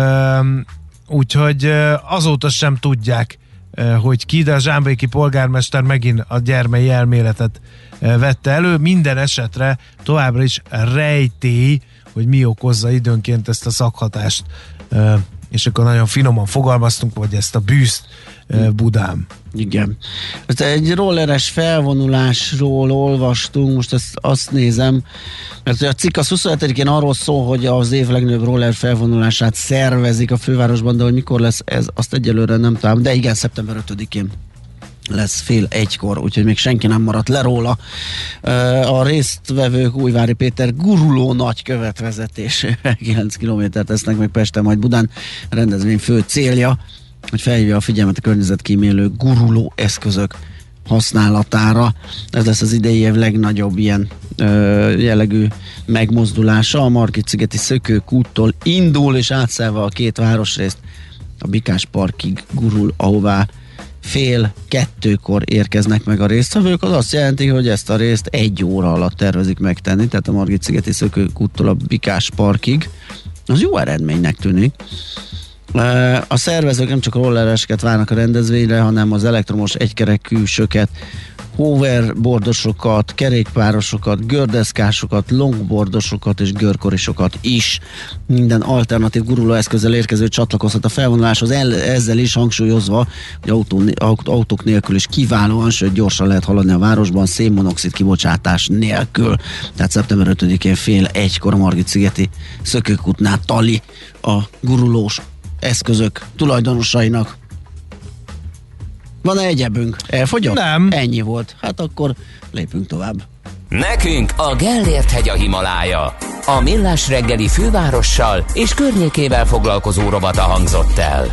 úgyhogy azóta sem tudják, hogy ki, de a zsámbéki polgármester megint a gyermei elméletet vette elő. Minden esetre továbbra is rejtély, hogy mi okozza időnként ezt a szaghatást, és akkor nagyon finoman fogalmaztunk, hogy ezt a bűzt Budán. Igen. Egy rolleres felvonulásról olvastunk, most ezt azt nézem, mert a cikk az huszonhetedikén arról szól, hogy az év legnagyobb roller felvonulását szervezik a fővárosban, de hogy mikor lesz ez, azt egyelőre nem tudom, de igen, szeptember ötödikén lesz fél egykor, úgyhogy még senki nem maradt le róla. A résztvevők Újvári Péter guruló nagykövet vezetésével kilenc kilométert tesznek meg Pesten, majd Budán. A rendezvény fő célja, hogy felhívja a figyelmet a környezetkímélő guruló eszközök használatára. Ez lesz az idei év legnagyobb ilyen ö, jellegű megmozdulása. A Margit-szigeti Szökőkúttól indul, és átszelve a két városrészt a Bikás parkig gurul, ahová fél kettőkor érkeznek meg a résztvevők. Az azt jelenti, hogy ezt a részt egy óra alatt tervezik megtenni, tehát a Margit-szigeti Szökőkúttól a Bikás parkig. Az jó eredménynek tűnik. A szervezők nem csak rollereseket várnak a rendezvényre, hanem az elektromos egykerekűsöket, hoverboardosokat, kerékpárosokat, gördeszkásokat, longboardosokat és görkorisokat is. Minden alternatív gurulóeszközzel érkező csatlakozhat a felvonuláshoz, ezzel is hangsúlyozva, hogy autó, autók nélkül is kiválóan, sőt gyorsan lehet haladni a városban szénmonoxid kibocsátás nélkül. Tehát szeptember ötödikén fél egykor a Margit-szigeti Szökőkútnál tali a gurulós eszközök tulajdonosainak. Van-e egyebünk? Elfogyott? Nem. Ennyi volt. Hát akkor lépünk tovább. Nekünk a Gellért hegy a Himalája. A Millás reggeli fővárossal és környékével foglalkozó rovata hangzott el.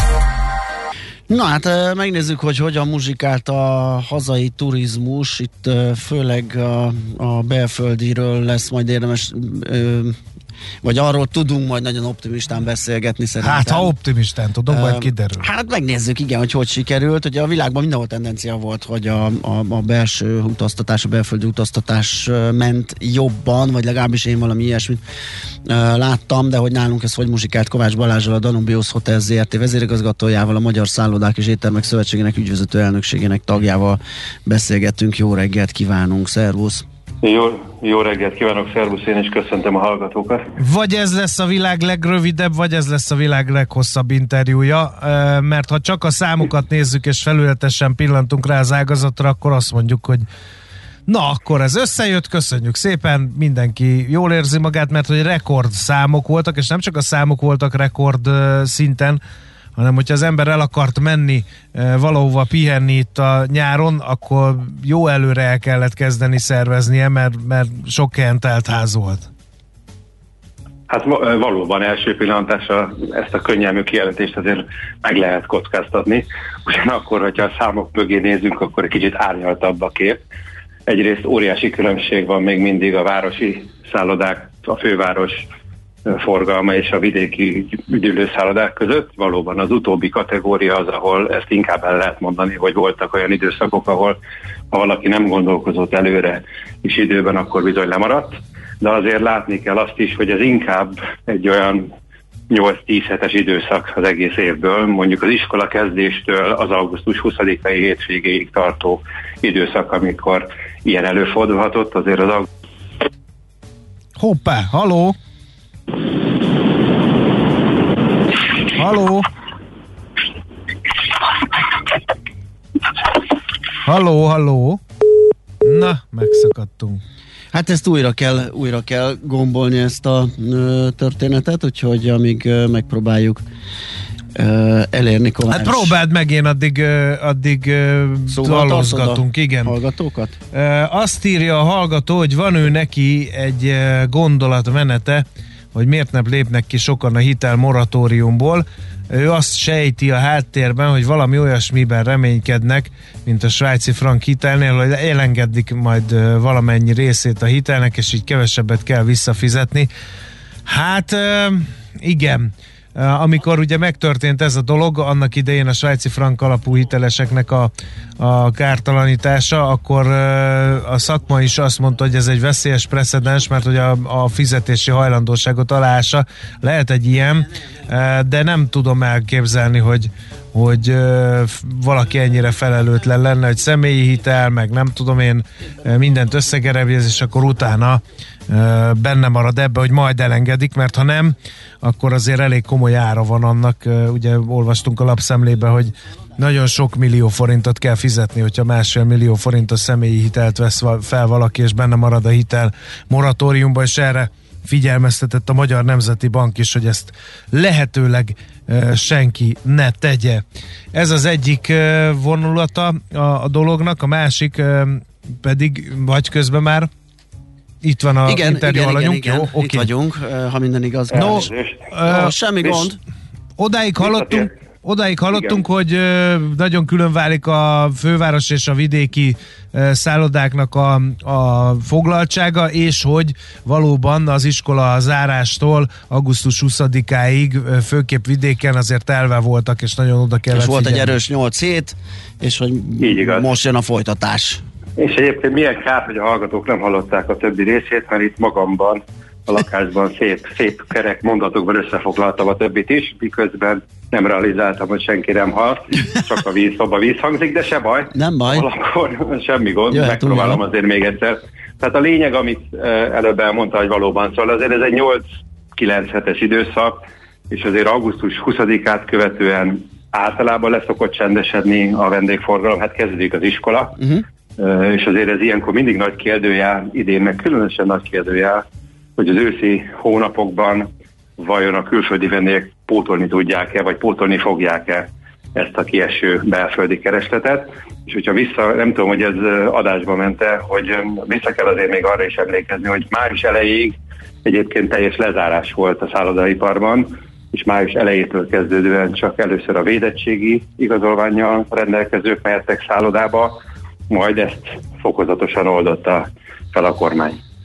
Na hát megnézzük, hogy hogyan muzsikált a hazai turizmus. Itt főleg a, a belföldiről lesz majd érdemes ö, vagy arról tudunk majd nagyon optimistán beszélgetni szerintem. Hát, ha optimistán tudunk, uh, majd kiderül. Hát megnézzük, igen, hogy hogy sikerült. Ugye a világban mindenhol tendencia volt, hogy a, a, a belső utaztatás, a belföldi utaztatás ment jobban, vagy legalábbis én valami ilyesmit uh, láttam, de hogy nálunk ez hogy muzsikált Kovács Balázsral, a Danubius Hotel zé er té vezérigazgatójával, a Magyar Szállodák és Éttermek Szövetségének ügyvezető elnökségének tagjával beszélgettünk. Jó reggelt kívánunk, szervusz! Jó, jó reggelt kívánok, szervusz, én is köszöntöm a hallgatókat. Vagy ez lesz a világ legrövidebb, vagy ez lesz a világ leghosszabb interjúja, mert ha csak a számokat nézzük és felületesen pillantunk rá az ágazatra, akkor azt mondjuk, hogy na, akkor ez összejött, köszönjük szépen, mindenki jól érzi magát, mert hogy rekord számok voltak, és nem csak a számok voltak rekord szinten, hanem hogyha az ember el akart menni e, valahova pihenni itt a nyáron, akkor jó előre el kellett kezdeni szerveznie, mert, mert sok helyen telt ház volt. Hát valóban első pillantásra ezt a könnyelmű kijelentést azért meg lehet kockáztatni. Ugyanakkor, hogyha a számok mögé nézünk, akkor egy kicsit árnyaltabb a kép. Egyrészt óriási különbség van még mindig a városi szállodák, a főváros forgalma és a vidéki üdülőszállodák között. Valóban az utóbbi kategória az, ahol ezt inkább el lehet mondani, hogy voltak olyan időszakok, ahol ha valaki nem gondolkozott előre és időben, akkor bizony lemaradt. De azért látni kell azt is, hogy ez inkább egy olyan nyolc-tíz hetes időszak az egész évből, mondjuk az iskola kezdéstől az augusztus huszadikai hétvégéig tartó időszak, amikor ilyen előfordulhatott, azért az augusztus... Hoppá, haló! Halló? Halló, halló? Na, megszakadtunk. Hát ezt újra kell, újra kell gombolni ezt a ö, történetet, úgyhogy amíg ö, megpróbáljuk ö, elérni Kovács. Hát próbáld meg, én addig, ö, addig ö, dalozgatunk, igen. Hallgatókat? Ö, azt írja a hallgató, hogy van ő neki egy ö, gondolatmenete, hogy miért nem lépnek ki sokan a hitel moratóriumból. Ő azt sejti a háttérben, hogy valami olyasmiben reménykednek, mint a svájci frank hitelnél, hogy elengedik majd valamennyi részét a hitelnek, és így kevesebbet kell visszafizetni. Hát igen, amikor ugye megtörtént ez a dolog, annak idején a svájci frank alapú hiteleseknek a, a kártalanítása, akkor a szakma is azt mondta, hogy ez egy veszélyes precedens, mert hogy a, a fizetési hajlandóságot aláássa. Lehet egy ilyen, de nem tudom elképzelni, hogy, hogy valaki ennyire felelőtlen lenne, hogy személyi hitel, meg nem tudom én, mindent összegerebjez, és akkor utána benne marad ebbe, hogy majd elengedik, mert ha nem, akkor azért elég komoly ára van annak. Ugye olvastunk a lapszemlébe, hogy nagyon sok millió forintot kell fizetni, hogyha másfél millió forintos személyi hitelt vesz fel valaki, és benne marad a hitel moratóriumban, és erre figyelmeztetett a Magyar Nemzeti Bank is, hogy ezt lehetőleg uh, senki ne tegye. Ez az egyik uh, vonulata a, a dolognak, a másik uh, pedig, vagy közben már itt van a igen, interjú igen, alanyunk. igen, Jó, igen. Okay. Itt vagyunk, ha minden igaz. No, uh, no, semmi és gond. Odáig hallottunk, odáig hallottunk, igen, hogy uh, nagyon külön válik a főváros és a vidéki uh, szállodáknak a, a foglaltsága, és hogy valóban az iskola zárástól augusztus huszadikáig uh, főképp vidéken azért elve voltak, és nagyon oda kellett És volt figyelni. egy erős nyolc hét, és hogy most jön a folytatás. És egyébként milyen kár, hogy a hallgatók nem hallották a többi részét, mert itt magamban, a lakásban szép, szép kerek mondatokban összefoglaltam a többit is, miközben nem realizáltam, hogy senki nem hall, csak a vízszoba víz hangzik, de se baj. Nem baj. Valakor semmi gond, Jöhet megpróbálom ugyan. azért még egyszer. Tehát a lényeg, amit előbb elmondta, hogy valóban szól, azért ez egy nyolc-kilenc hetes időszak, és azért augusztus huszadikát követően általában leszokott csendesedni a vendégforgalom, hát kezdődik az iskola, uh-huh. és azért ez ilyenkor mindig nagy kérdőjel, idén meg különösen nagy kérdőjel, hogy az őszi hónapokban vajon a külföldi vendégek pótolni tudják-e, vagy pótolni fogják-e ezt a kieső belföldi keresletet. És hogyha vissza, nem tudom, hogy ez adásba ment-e, hogy vissza kell azért még arra is emlékezni, hogy május elejéig egyébként teljes lezárás volt a szállodaiparban, és május elejétől kezdődően csak először a védettségi igazolvánnyal rendelkezők mehettek szállodába, majd ezt fokozatosan oldotta fel a kormány.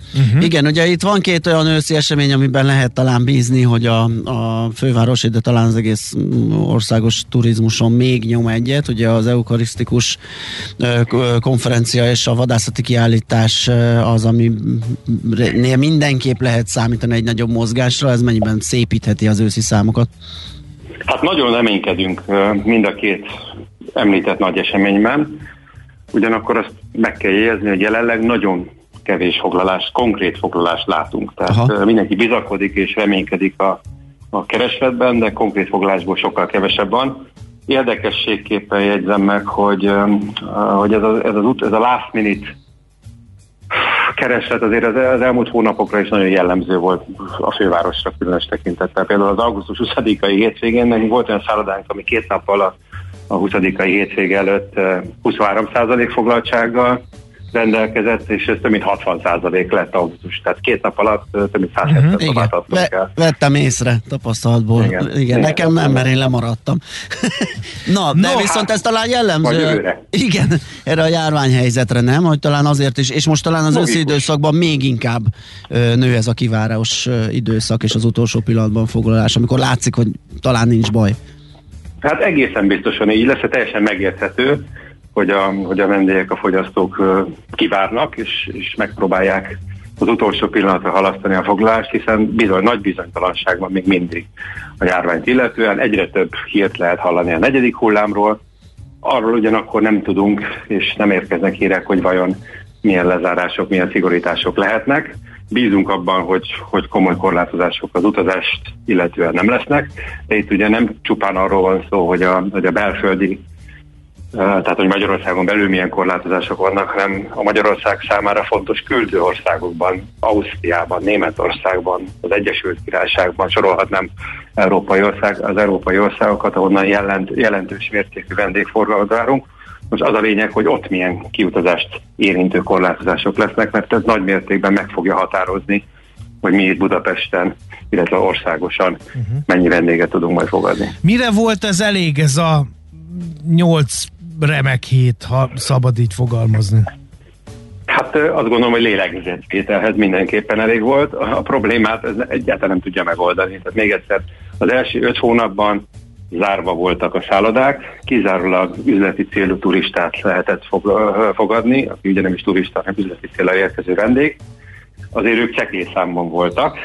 Uh-huh. Igen, ugye itt van két olyan őszi esemény, amiben lehet talán bízni, hogy a, a főváros, de talán az egész országos turizmuson még nyom egyet. Ugye az eukarisztikus konferencia és a vadászati kiállítás az, aminél mindenképp lehet számítani egy nagyobb mozgásra. Ez mennyiben szépítheti az őszi számokat? Hát nagyon reménykedünk mind a két említett nagy eseményben. Ugyanakkor azt meg kell jegyezni, hogy jelenleg nagyon kevés foglalást, konkrét foglalást látunk. Tehát Aha. mindenki bizakodik és reménykedik a, a keresletben, de konkrét foglalásból sokkal kevesebb van. Érdekességképpen jegyzem meg, hogy, hogy ez, a, ez, az út, ez a last minute kereslet azért az, az elmúlt hónapokra is nagyon jellemző volt a fővárosra különös tekintettel. Például az augusztus huszadikai hétvégén nekünk volt olyan szállodánk, ami két nappal a, a huszadikai hétvége előtt huszonhárom százalék foglaltsággal rendelkezett, és ez több mint hatvan százalék lett augusztus. Tehát két nap alatt több mint száz hetven uh-huh, szobát adtunk el. Vettem észre tapasztalatból. Igen, igen, igen nekem nem, mert én lemaradtam. Na, de no, viszont hát, ez talán jellemző. Igen, erre a járványhelyzetre nem, hogy talán azért is, és most talán az őszi időszakban még inkább ö, nő ez a kivárós ö, időszak, és az utolsó pillanatban foglalás, amikor látszik, hogy talán nincs baj. Hát egészen biztosan így lesz, teljesen megérthető, hogy a, hogy a vendégek, a fogyasztók uh, kivárnak, és, és megpróbálják az utolsó pillanatra halasztani a foglalást, hiszen bizony, nagy bizonytalanság van még mindig a járványt illetően. Egyre több hírt lehet hallani a negyedik hullámról, arról ugyanakkor nem tudunk, és nem érkeznek hírek, hogy vajon milyen lezárások, milyen szigorítások lehetnek. Bízunk abban, hogy, hogy komoly korlátozások az utazást illetően nem lesznek, de itt ugye nem csupán arról van szó, hogy a, hogy a belföldi, tehát hogy Magyarországon belül milyen korlátozások vannak, hanem a Magyarország számára fontos küldő országokban, Ausztriában, Németországban, az Egyesült Királyságban, sorolhatnám európai ország, az európai országokat, ahonnan jelent, jelentős mértékű vendégforgalmat várunk. Most az a lényeg, hogy ott milyen kiutazást érintő korlátozások lesznek, mert ez nagy mértékben meg fogja határozni, hogy mi itt Budapesten, illetve országosan uh-huh. mennyi vendéget tudunk majd fogadni. Mire volt ez elég, ez a nyolc remek hét, ha szabad így fogalmazni? Hát azt gondolom, hogy lélegzetvételhez mindenképpen elég volt. A problémát ez egyáltalán nem tudja megoldani. Tehát még egyszer, az első öt hónapban zárva voltak a szállodák, kizárólag üzleti célú turistát lehetett fogadni, aki ugye nem is turista, hanem üzleti célra érkező vendég. Azért ők csekély számban voltak,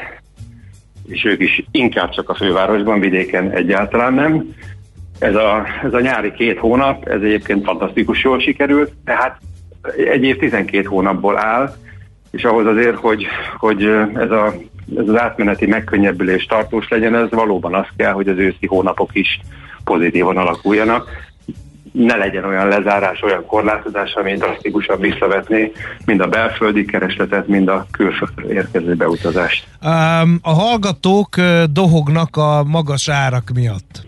és ők is inkább csak a fővárosban, vidéken egyáltalán nem. Ez a, ez a nyári két hónap, ez egyébként fantasztikus jól sikerült, tehát egy év tizenkét hónapból áll, és ahhoz azért, hogy, hogy ez, a, ez az átmeneti megkönnyebbülés tartós legyen, ez valóban az kell, hogy az őszi hónapok is pozitívan alakuljanak. Ne legyen olyan lezárás, olyan korlátozás, ami drasztikusan visszavetné mind a belföldi keresletet, mind a külföldről érkező beutazást. Um, a hallgatók dohognak a magas árak miatt.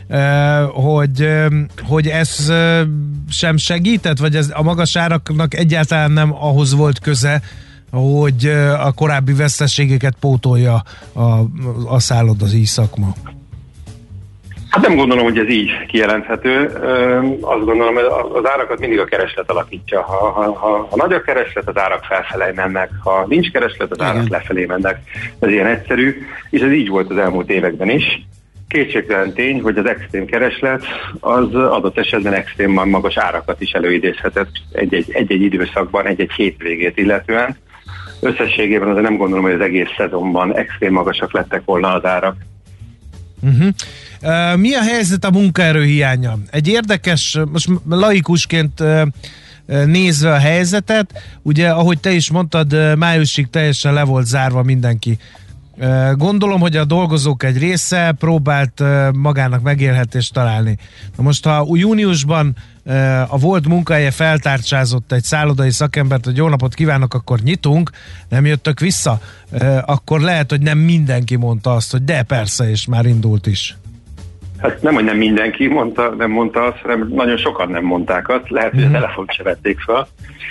Uh, hogy, uh, hogy ez uh, sem segített, vagy ez a magas áraknak egyáltalán nem ahhoz volt köze, hogy uh, a korábbi veszteségeket pótolja a, a szállodai szakma? Hát nem gondolom, hogy ez így kijelenthető. Azt gondolom, hogy az árakat mindig a kereslet alakítja. Ha, ha, ha, ha nagy a kereslet, az árak felfelé mennek. Ha nincs kereslet, az árak lefelé mennek. Ez ilyen egyszerű, és ez így volt az elmúlt években is. Kétségtelen tény, hogy az extrém kereslet az adott esetben extrémman magas árakat is előidézhetett egy-egy, egy-egy időszakban, egy-egy hétvégét illetően. Összességében azért nem gondolom, hogy az egész szezonban extrém magasak lettek volna az árak. Uh-huh. Uh, mi a helyzet a munkaerő hiánya? Egy érdekes, most laikusként uh, nézve a helyzetet, ugye ahogy te is mondtad, májusig teljesen le volt zárva mindenki. Uh, gondolom, hogy a dolgozók egy része próbált uh, magának megélhetést találni. Na most, ha júniusban uh, a volt munkahelye feltárcsázott egy szállodai szakembert, hogy jó napot kívánok, akkor nyitunk, nem jöttök vissza, uh, akkor lehet, hogy nem mindenki mondta azt, hogy de persze, és már indult is. Hát nem, hogy nem mindenki mondta, nem mondta azt, hanem nagyon sokan nem mondták azt, lehet, hogy a telefont se vették fel.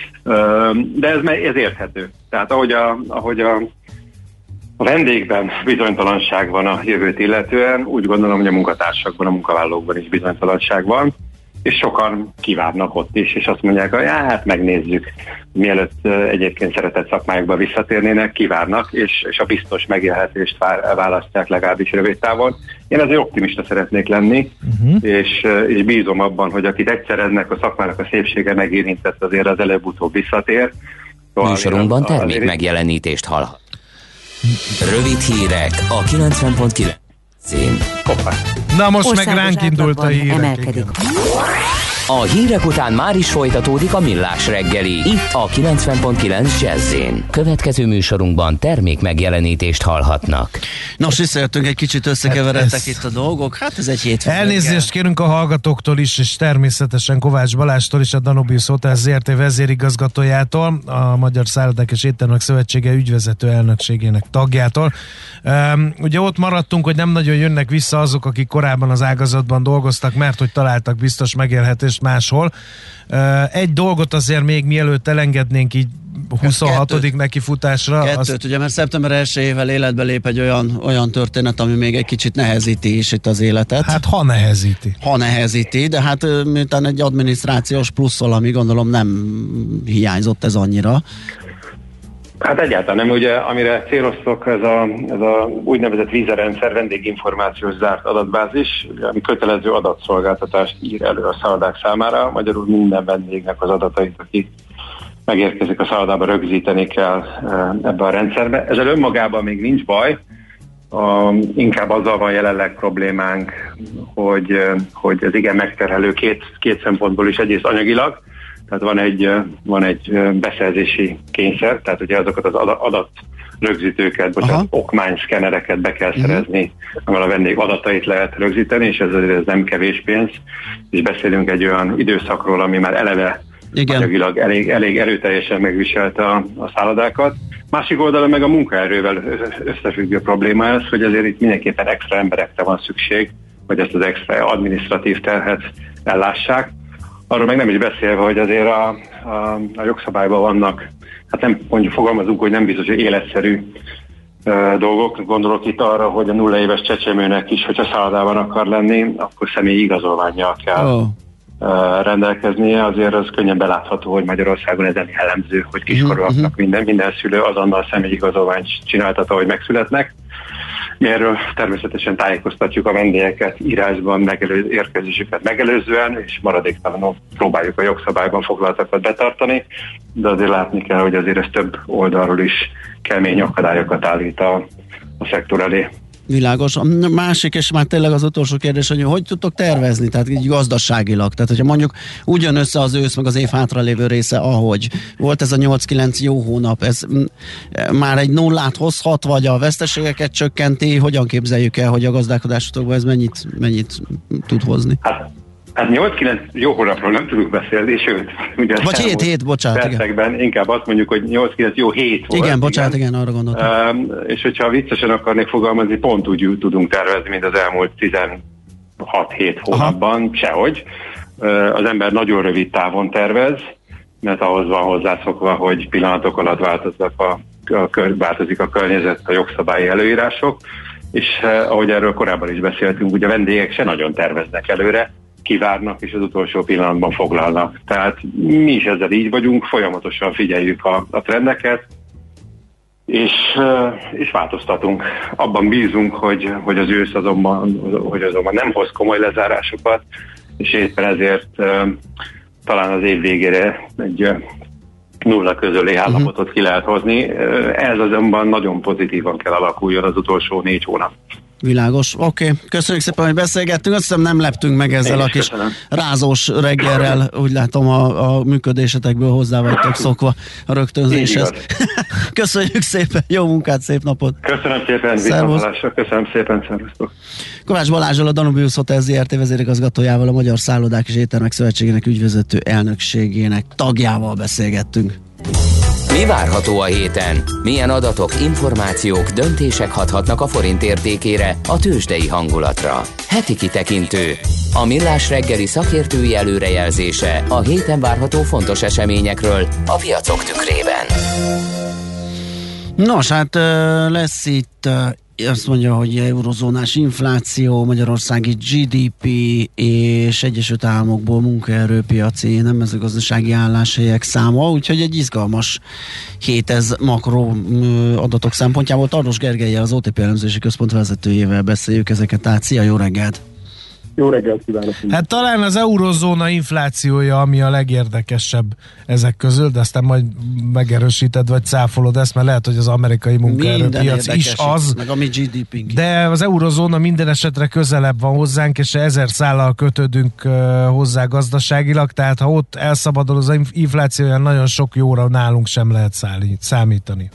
De ez, ez érthető. Tehát ahogy a, ahogy a, a vendégben bizonytalanság van a jövőt illetően, úgy gondolom, hogy a munkatársakban, a munkavállalókban is bizonytalanság van. és sokan kivárnak ott is, és azt mondják, hogy hát megnézzük, mielőtt egyébként szeretett szakmájukba visszatérnének, kivárnak, és, és a biztos megélhetést választják legalábbis rövid távon. Én azért optimista szeretnék lenni, uh-huh. és, és bízom abban, hogy akit egyszer ennek a szakmának a szépsége megérintett, azért az előbb-utóbb visszatér. Szóval műsorunkban termék azért... megjelenítést hallhat. Rövid hírek a kilencven pont kilenc cím. Na most meg ránk indult a hírek. A hírek után már is folytatódik a Millás reggeli, itt a kilencven pont kilenc Jazz-én. Következő műsorunkban termék megjelenítést hallhatnak. Nos, visszajöttünk, egy kicsit összekeveredtek hát itt a dolgok, hát ez egy hétfő. Elnézést kérünk a hallgatóktól is, és természetesen Kovács Balástól is, a Danubius Hotel zé er té vezérigazgatójától, a Magyar Szállodák és Éttermek Szövetsége ügyvezető elnökségének tagjától. Um, ugye ott maradtunk, hogy nem nagyon jönnek vissza azok, akik korábban az ágazatban dolgoztak, mert hogy találtak biztos megélhetést máshol. Uh, egy dolgot azért még mielőtt elengednénk így huszonhatodik nekifutásra. Kettőt, azt... ugye, mert szeptember elsejével életbe lép egy olyan, olyan történet, ami még egy kicsit nehezíti is itt az életet. Hát ha nehezíti. Ha nehezíti, de hát miután egy adminisztrációs plusszol, ami gondolom nem hiányzott ez annyira. Hát egyáltalán nem, ugye, amire céloztok, ez a, ez a úgynevezett vízarendszer, vendéginformációs zárt adatbázis, ami kötelező adatszolgáltatást ír elő a szállodák számára, magyarul minden vendégnek az adatait, aki megérkezik a szállodába, rögzíteni kell ebbe a rendszerbe. Ezzel önmagában még nincs baj, a, inkább azzal van jelenleg problémánk, hogy, hogy ez igen megterhelő két, két szempontból is, egyrészt anyagilag, tehát van egy, van egy beszerzési kényszer, tehát ugye azokat az adat rögzítőket, bocsánat, okmányszkenereket be kell szerezni, amivel a vendég adatait lehet rögzíteni, és ez, ez nem kevés pénz, és beszélünk egy olyan időszakról, ami már eleve igen. anyagilag elég, elég erőteljesen megviselte a, a szállodákat. Másik oldalon meg a munkaerővel összefüggő probléma ez, hogy azért itt mindenképpen extra emberekre van szükség, hogy ezt az extra adminisztratív terhet ellássák. Arról meg nem is beszélve, hogy azért a, a, a jogszabályban vannak, hát nem mondjuk fogalmazunk, hogy nem biztos, hogy életszerű uh, dolgok. Gondolok itt arra, hogy a nulla éves csecsemőnek is, hogyha szállodában akar lenni, akkor személyi igazolvánnyal kell oh. uh, rendelkeznie. Azért az könnyen belátható, hogy Magyarországon ezen jellemző, hogy kiskorúaknak minden, minden szülő azonnal személyi igazolványt csináltat, ahogy megszületnek. Mi erről természetesen tájékoztatjuk a vendégeket írásban megelő, érkezésüket megelőzően, és maradéktalanul próbáljuk a jogszabályban foglaltakat betartani, de azért látni kell, hogy azért ez több oldalról is kemény akadályokat állít a, a szektor elé. Világos. A másik, és már tényleg az utolsó kérdés, hogy hogy tudtok tervezni, tehát így gazdaságilag. Tehát, hogyha mondjuk úgy jön össze az ősz, meg az év hátralévő része, ahogy volt ez a nyolc-kilenc jó hónap, ez már egy nullát hozhat, vagy a veszteségeket csökkenti, hogyan képzeljük el, hogy a gazdálkodásotokban ez mennyit, mennyit tud hozni? Hát, hát nyolc-kilenc jó hónapról nem tudunk beszélni, sőt, ugye vagy hét hét, bocsánat, igen. Inkább azt mondjuk, hogy nyolc-kilenc jó hét volt. Igen, bocsánat, igen, igen arra gondoltam. Um, és hogyha viccesen akarnék fogalmazni, pont úgy tudunk tervezni, mint az elmúlt tizenhat-hét hónapban, aha. sehogy. Uh, az ember nagyon rövid távon tervez, mert ahhoz van hozzászokva, hogy pillanatok alatt változnak a, a, a, változik a környezet, a jogszabályi előírások, és uh, ahogy erről korábban is beszéltünk, ugye a vendégek se nagyon terveznek előre, kivárnak, és az utolsó pillanatban foglalnak. Tehát mi is ezzel így vagyunk, folyamatosan figyeljük a, a trendeket, és, és változtatunk. Abban bízunk, hogy, hogy az ősz azonban, hogy azonban nem hoz komoly lezárásokat, és éppen ezért talán az év végére egy nulla közöli állapotot ki lehet hozni. Ez azonban nagyon pozitívan kell alakuljon az utolsó négy hónap. Világos, oké. Okay. Köszönjük szépen, hogy beszélgettünk. Azt hiszem nem leptünk meg ezzel a kis köszönöm. Rázós reggelrel. Úgy látom a, a működésetekből hozzá vagytok szokva a rögtönzéshez. Köszönjük szépen, jó munkát, szép napot! Köszönöm szépen, viszontlátásra. Köszönöm szépen, szervusztok! Kovács Balázsral, a Danubius Hotel zé er té vezérigazgatójával, a Magyar Szállodák és Éttermek Szövetségének ügyvezető elnökségének tagjával beszélgettünk. Mi várható a héten? Milyen adatok, információk, döntések hathatnak a forint értékére, a tőzsdei hangulatra? Heti kitekintő. A Millás reggeli szakértői előrejelzése a héten várható fontos eseményekről a piacok tükrében. Nos, hát lesz itt azt mondja, hogy eurozónás infláció, magyarországi gé dé pé és Egyesült Államokból munkaerőpiaci nem mezőgazdasági álláshelyek száma, úgyhogy egy izgalmas hét ez makro adatok szempontjából. Tardos Gergellyel, az o té pé elemzési központ vezetőjével beszéljük ezeket át. Szia, jó reggelt! Jó reggelt kívánok! Hát talán az eurozóna inflációja, ami a legérdekesebb ezek közül, de aztán majd megerősíted, vagy cáfolod ezt, mert lehet, hogy az amerikai munkaerőpiac is az. Meg a mi gé dé pénk. De az eurozóna minden esetre közelebb van hozzánk, és ezer szállal kötődünk uh, hozzá gazdaságilag, tehát ha ott elszabadul az inflációja, nagyon sok jóra nálunk sem lehet szállít, számítani.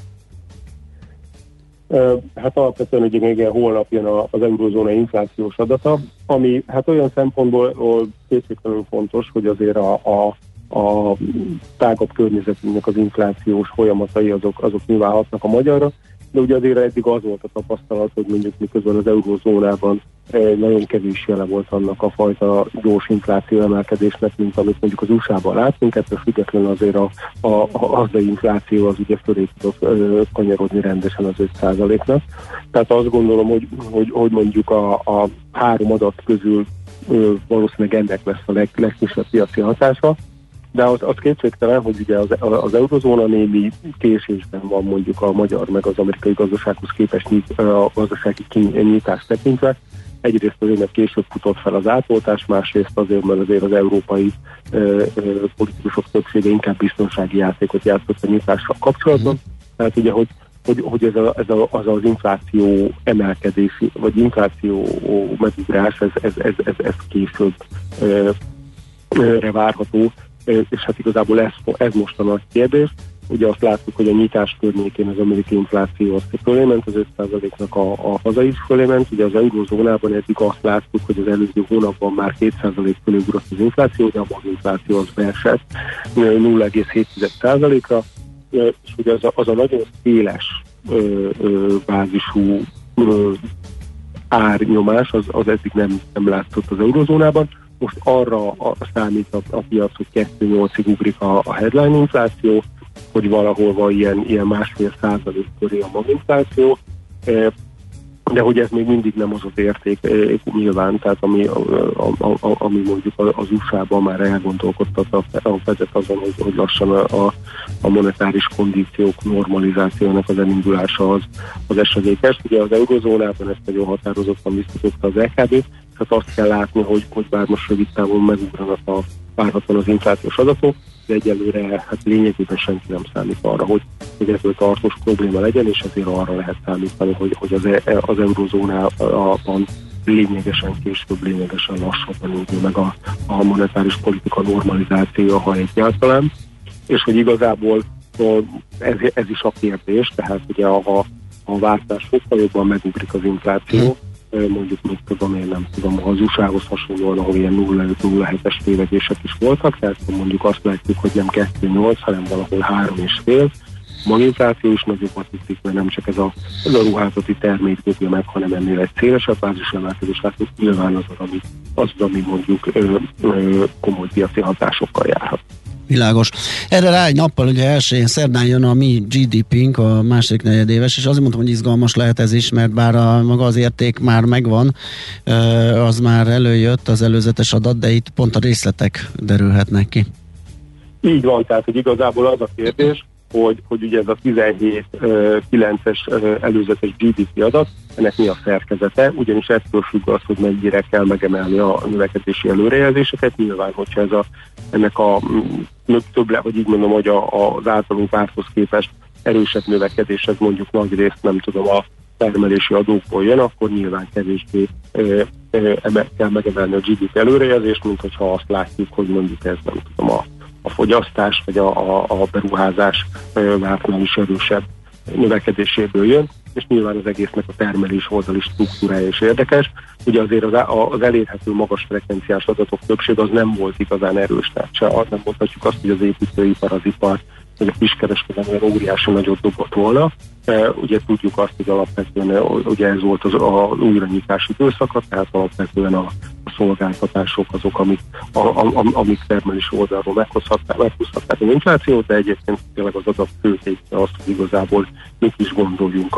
Hát alapvetően ugye igen, holnap jön az eurozóna inflációs adata, ami hát olyan szempontból kétségtelenül fontos, hogy azért a, a, a tágabb környezetünknek az inflációs folyamatai azok, azok nyilván hatnak a magyarra, de ugye azért eddig az volt a tapasztalat, hogy mondjuk miközben az eurozónában nagyon kevés jele volt annak a fajta gyors infláció emelkedésnek, mint amit mondjuk az u es á-ban látunk, ettől függetlenül azért a, a, a hazai infláció az ugye fölé tudott kanyarodni rendesen az öt százaléknak. Tehát azt gondolom, hogy, hogy, hogy mondjuk a, a három adat közül valószínűleg ennek lesz a leg, legkisebb piaci hatása, de az, az kétségtelen, hogy ugye az, az eurozóna némi késésben van mondjuk a magyar meg az amerikai gazdasághoz képest a gazdasági kinyítást tekintve. Egyrészt azért, mert később futott fel az átoltás, másrészt azért, mert azért az európai ö, ö, politikusok többsége inkább biztonsági játékot játszott a nyitással kapcsolatban. Tehát ugye, hogy, hogy, hogy ez, a, ez a, az az infláció emelkedési, vagy infláció megugrás, ez, ez, ez, ez, ez később ö, ö, várható, és hát igazából ez, ez most a nagy kérdés. Ugye azt láttuk, hogy a nyitás környékén az amerikai infláció az fölément, az öt százaléknak a, a hazai is fölément. Ugye az eurozónában eddig azt láttuk, hogy az előző hónapban már két százalék fölé ugrott az infláció, de a maginfláció az beesett nulla egész hét százalékra, és ugye az a, az a nagyon széles ö, ö, bázisú ö, árnyomás, az, az eddig nem, nem látszott az eurozónában. Most arra a, számít a, a piac, hogy kettő egész nyolcig ugrik a, a headline infláció, hogy valahol van ilyen, ilyen másfél százalék köré a maginfláció, de hogy ez még mindig nem az az érték nyilván, tehát ami, a, a, a, ami mondjuk az u es á-ban már elgondolkodtat a, a Fedet azon, hogy, hogy lassan a, a monetáris kondíciók normalizációnak az elindulása az, az esedékes. Ugye az eurozónában ezt nagyon határozottan biztosította az é ká bé, tehát azt kell látni, hogy, hogy bár most rövid távon megugranak a várhatóan az inflációs adatok, de egyelőre hát lényegében senki nem számít arra, hogy, hogy ebből tartós probléma legyen, és ezért arra lehet számítani, hogy, hogy az, e, az eurozónában lényegesen később, lényegesen lassabban indul meg a, a monetáris politika normalizációja, ha egyáltalán, és hogy igazából ez, ez is a kérdés, tehát ugye a, a váltás sokkal jobban megugrik az infláció, mondjuk mit tudom, én nem tudom, az u es á-hoz hasonlóan, ahol ilyen nulla öt nulla hetes tévedések is voltak, tehát mondjuk azt látjuk, hogy nem kettő egész nyolc, hanem valahol három egész öt. A maginfláció is nagyobbat viszik, mert nem csak ez a, ez a ruházati termék dobja meg, hanem ennél egy szélesebb bázisemelkedés látunk, nyilván az az, ami, az, ami mondjuk ö, ö, komoly piaci hatásokkal járhat. Világos. Erre rá egy nappal, ugye elsőjén szerdán jön a mi gé dé pénk, a második negyedéves, és azért mondtam, hogy izgalmas lehet ez is, mert bár a maga az érték már megvan, az már előjött, az előzetes adat, de itt pont a részletek derülhetnek ki. Így van, tehát hogy igazából az a kérdés, hogy, hogy ugye ez a tizenhét kilences előzetes gé dé pé adat, ennek mi a szerkezete, ugyanis ettől függ az, hogy mennyire kell megemelni a növekedési előrejelzéseket. Nyilván, hogyha ez a, ennek a több, vagy így mondom, hogy a, az általunk várthoz képest erősebb növekedés, ez mondjuk nagy részt nem tudom a termelési adókból jön, akkor nyilván kevésbé ö, ö, kell megemelni a gé dé pé előrejelzést, mint hogyha azt látjuk, hogy mondjuk ez nem tudom a a fogyasztás vagy a, a, a beruházás vártnál is erősebb növekedéséből jön, és nyilván az egésznek a termelés oldali struktúrája is érdekes. Ugye azért az, az elérhető magas frekvenciás adatok többség az nem volt igazán erős, tehát se az nem mondhatjuk azt, hogy az építőipar, az ipar, vagy a kiskereskedelmi óriási nagyot dobott volna. E, ugye tudjuk azt, hogy alapvetően ugye ez volt az, az újranyitási időszaka, tehát alapvetően a, a szolgáltatások azok, amik, a, a, amik termelési oldalról meghozhatták, meghozhatták az inflációt, de egyébként tényleg az adat főtétje az, hogy igazából mit is gondoljunk a,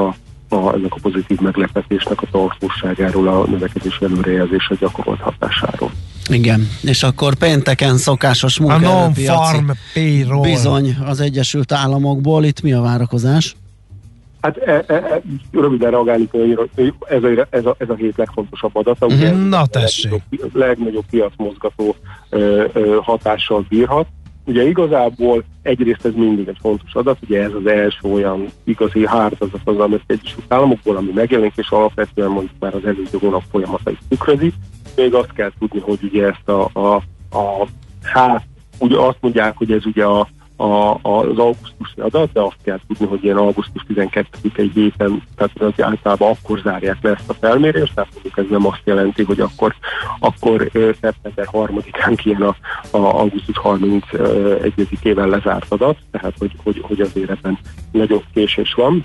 a, ennek a pozitív meglepetésnek a tartóságáról, a növekedési előrejelzésre gyakorolt hatásáról. Igen, és akkor pénteken szokásos munkaerőpiaci bizony az Egyesült Államokból. Itt mi a várakozás? Hát e, e, e, röviden reagálni, hogy ez a, ez, a, ez a hét legfontosabb adata, uh-huh. ugye Na, a tessék. legnagyobb, legnagyobb piacmozgató ö, ö, hatással bírhat. Ugye igazából egyrészt ez mindig egy fontos adat, ugye ez az első olyan igazi hard adat az Amerikai Egyesült Államokból, ami megjelenik, és alapvetően mondjuk már az előző hónap folyamatait tükrözi. Még azt kell tudni, hogy ugye ezt a, a, a hát, ugye azt mondják, hogy ez ugye a A, az augusztusi adat, de azt kell tudni, hogy ilyen augusztus tizenkettedike héten, tehát az általában akkor zárják le ezt a felmérést, tehát mondjuk ez nem azt jelenti, hogy akkor, akkor szeptember harmadikán kijön a, a augusztus harmincegyedikével lezárt adat, tehát hogy, hogy, hogy azért ebben nagyobb késés van.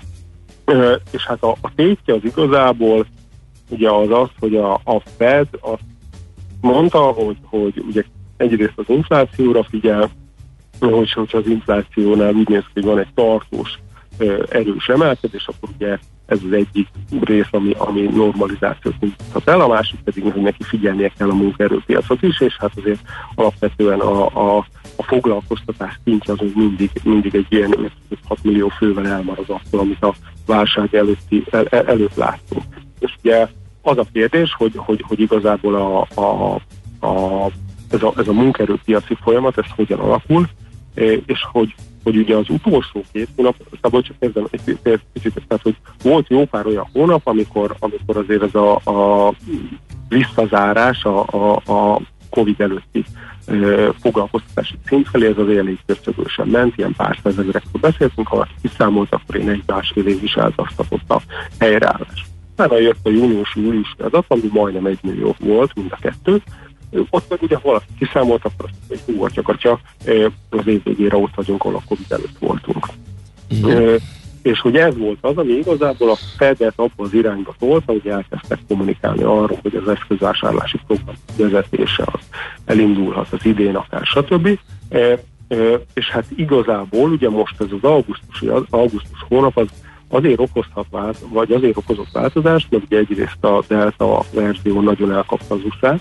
És hát a, a tétje az igazából ugye az az, hogy a, a Fed azt mondta, hogy, hogy ugye egyrészt az inflációra figyel, hogy, hogyha az inflációnál úgy néz ki, hogy van egy tartós ö, erős emelkedés, akkor ugye ez az egyik rész, ami, ami normalizációt mutat el, a másik pedig, hogy neki figyelnie kell a munkaerőpiacot is, és hát azért alapvetően a, a, a foglalkoztatás szintje az mindig, mindig egy ilyen hat millió fővel elmarad attól, amit a válság előtti, el, el, előtt láttunk. És ugye az a kérdés, hogy, hogy, hogy igazából a, a, a, ez, a, ez a munkaerőpiaci folyamat, ez hogyan alakul, és hogy, hogy ugye az utolsó két hónap, szabad csak kezdem egy picit, tehát hogy volt jó pár olyan hónap, amikor, amikor azért ez a, a visszazárás a, a, a Covid előtti e, foglalkoztatási szint felé, ez azért elég köztögősen ment, ilyen pár százezerekről beszéltünk, ha azt kiszámolt, akkor én egy másfél év is eltartatott a helyreállás. Már jött a június-július adat, ami majdnem egy millió volt, mind a kettő. Ott meg ugye valaki kiszámolt, akkor azt mondja, hogy hú, atyakatya, az év végére ott vagyunk, ahol a Covid előtt voltunk. Mm. E, és hogy ez volt az, ami igazából a Fedet abban az irányba tolta, hogy elkezdtek kommunikálni arról, hogy az eszközvásárlási program vezetése az elindulhat az idén, akár stb. E, e, és hát igazából ugye most ez az augusztusi, az augusztus hónap az azért okozhat vált, vagy azért okozott változást, mert ugye egyrészt a Delta verzió nagyon elkapta az u es á-t,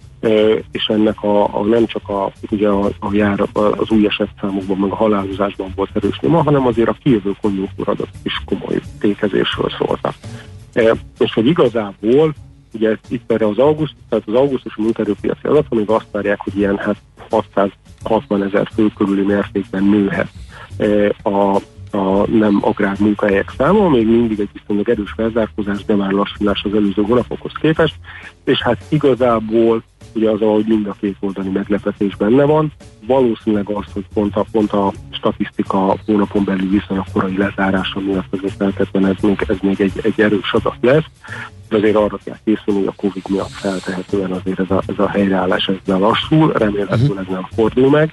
és ennek a, a nem csak a, ugye a, a jár, az új esetszámokban, meg a halálozásban volt erős nyoma, hanem azért a kijövő konjunktúradat is komoly tékezésről szóltak. E, és hogy igazából, ugye itt erre az augusztus, tehát az augusztusi munkaerőpiaci adat, amíg azt várják, hogy ilyen hát hatszázhatvan ezer fő körüli mértékben nőhet e, a a nem agrár munkahelyek száma, még mindig egy viszonylag erős felzárkózás, de már lassulás az előző hónapokhoz képest, és hát igazából ugye az, ahogy mind a két oldali meglepetés benne van, valószínűleg az, hogy pont a, pont a statisztika hónapon belül viszonylag korai lezárása miatt azért feltétlenül ez még, ez még egy, egy erős adat lesz, de azért arra kell készülni, hogy a Covid miatt feltehetően azért ez a, ez a helyreállás ezzel lassul, remélhetőleg nem fordul meg,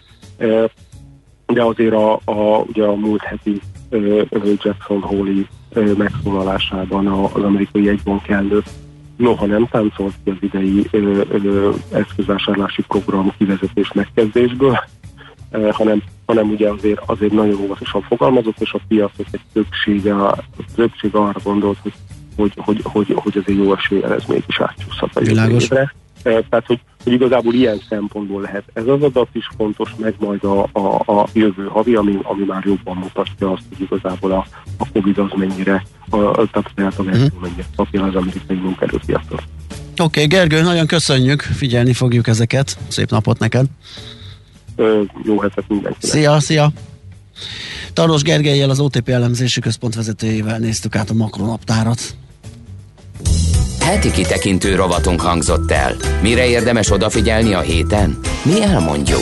de azért a, a, ugye a múlt heti uh, Jackson Hole-i uh, megszólalásában az amerikai jegybank elnök noha nem táncolt ki az idei uh, uh, eszközvásárlási program kivezetés megkezdésből, uh, hanem, hanem ugye azért, azért nagyon óvatosan fogalmazott, és a piacok egy többsége, a többsége arra gondolt, hogy, hogy, hogy, hogy, hogy azért jó eséllyel ez mégis átcsúszhat a jövő évre. Tehát, hogy, hogy igazából ilyen szempontból lehet ez az adat is fontos, meg majd a, a, a jövő havi, ami, ami már jobban mutatja azt, hogy igazából a, a Covid az mennyire, a, tehát a verzió mennyire kapja az amerikai munkaerőpiacot. Oké, okay, Gergő, nagyon köszönjük, figyelni fogjuk ezeket. Szép napot neked! Ö, jó hetet mindenkinek! Szia, szia! Tarlós Gergellyel, az o té pé elemzési központ vezetőjével néztük át a makronaptárat. Heti kitekintő rovatunk hangzott el. Mire érdemes odafigyelni a héten? Mi elmondjuk.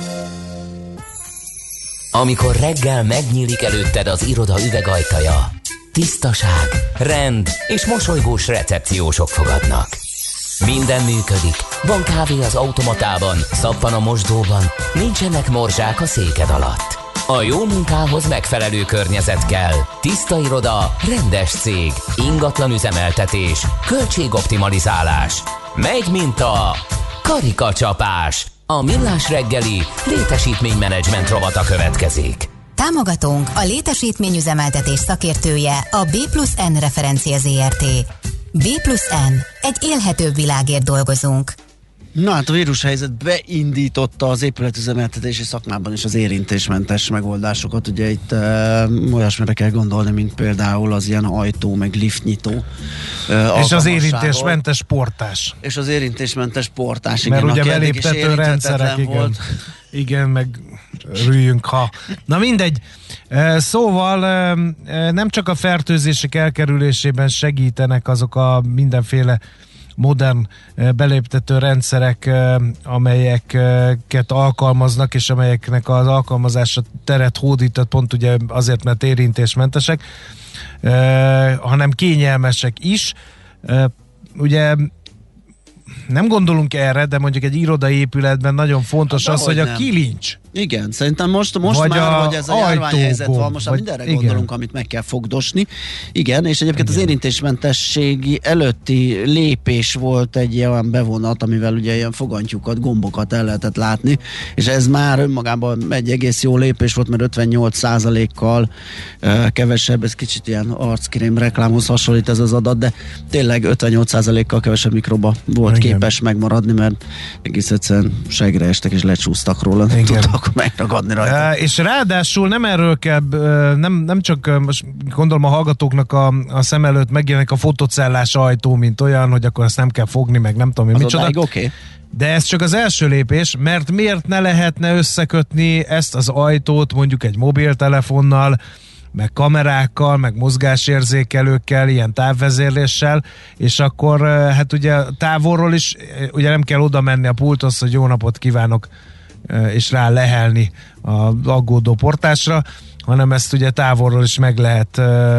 Amikor reggel megnyílik előtted az iroda üvegajtaja, tisztaság, rend és mosolygós recepciósok fogadnak. Minden működik. Van kávé az automatában, szappan a mosdóban, nincsenek morzsák a széked alatt. A jó munkához megfelelő környezet kell. Tiszta iroda, rendes cég, ingatlan üzemeltetés, költségoptimalizálás. Megy, mint a karikacsapás. A Millás reggeli létesítménymenedzsment rovata következik. Támogatónk a létesítményüzemeltetés szakértője, a B plusz N Referencia Zrt. B plusz N. Egy élhetőbb világért dolgozunk. Na hát a vírushelyzet beindította az épületüzemeltetési szakmában is az érintésmentes megoldásokat. Ugye itt e, olyasmire kell gondolni, mint például az ilyen ajtó, meg liftnyitó e, és az érintésmentes portás. És az érintésmentes portás, igen. Mert ugye beléptető rendszerek, igen. Igen, meg rüljünk, ha. Na mindegy. Szóval nem csak a fertőzések elkerülésében segítenek azok a mindenféle modern beléptető rendszerek, amelyeket alkalmaznak, és amelyeknek az alkalmazása teret hódított, pont ugye azért, mert érintésmentesek, hanem kényelmesek is. Ugye nem gondolunk erre, de mondjuk egy irodai épületben nagyon fontos hát, az, hogy nem. A kilincs. Igen, szerintem most, most vagy már, a hogy ez a járványhelyzet van, most már mindenre igen. gondolunk, amit meg kell fogdosni. Igen, és egyébként igen. az érintésmentességi előtti lépés volt egy olyan bevonat, amivel ugye ilyen fogantyúkat, gombokat el lehetett látni, és ez már önmagában egy egész jó lépés volt, mert ötvennyolc százalékkal uh, kevesebb, ez kicsit ilyen arckrém reklámhoz hasonlít ez az adat, de tényleg ötvennyolc százalékkal kevesebb mikroba volt igen. képes megmaradni, mert egész egyszerűen segre estek és lecsúsztak róla. Tudtak megragadni rajta. E, és ráadásul nem erről kell, nem, nem csak most gondolom a hallgatóknak a, a szem előtt megjelenik a fotocellás ajtó, mint olyan, hogy akkor ezt nem kell fogni, meg nem tudom, mi micsoda. Okay. De ez csak az első lépés, mert miért ne lehetne összekötni ezt az ajtót mondjuk egy mobiltelefonnal, meg kamerákkal, meg mozgásérzékelőkkel, ilyen távvezérléssel, és akkor hát ugye távolról is, ugye nem kell oda menni a pulthoz, hogy jó napot kívánok, és rá lehelni az aggódó portásra, hanem ezt ugye távolról is meg lehet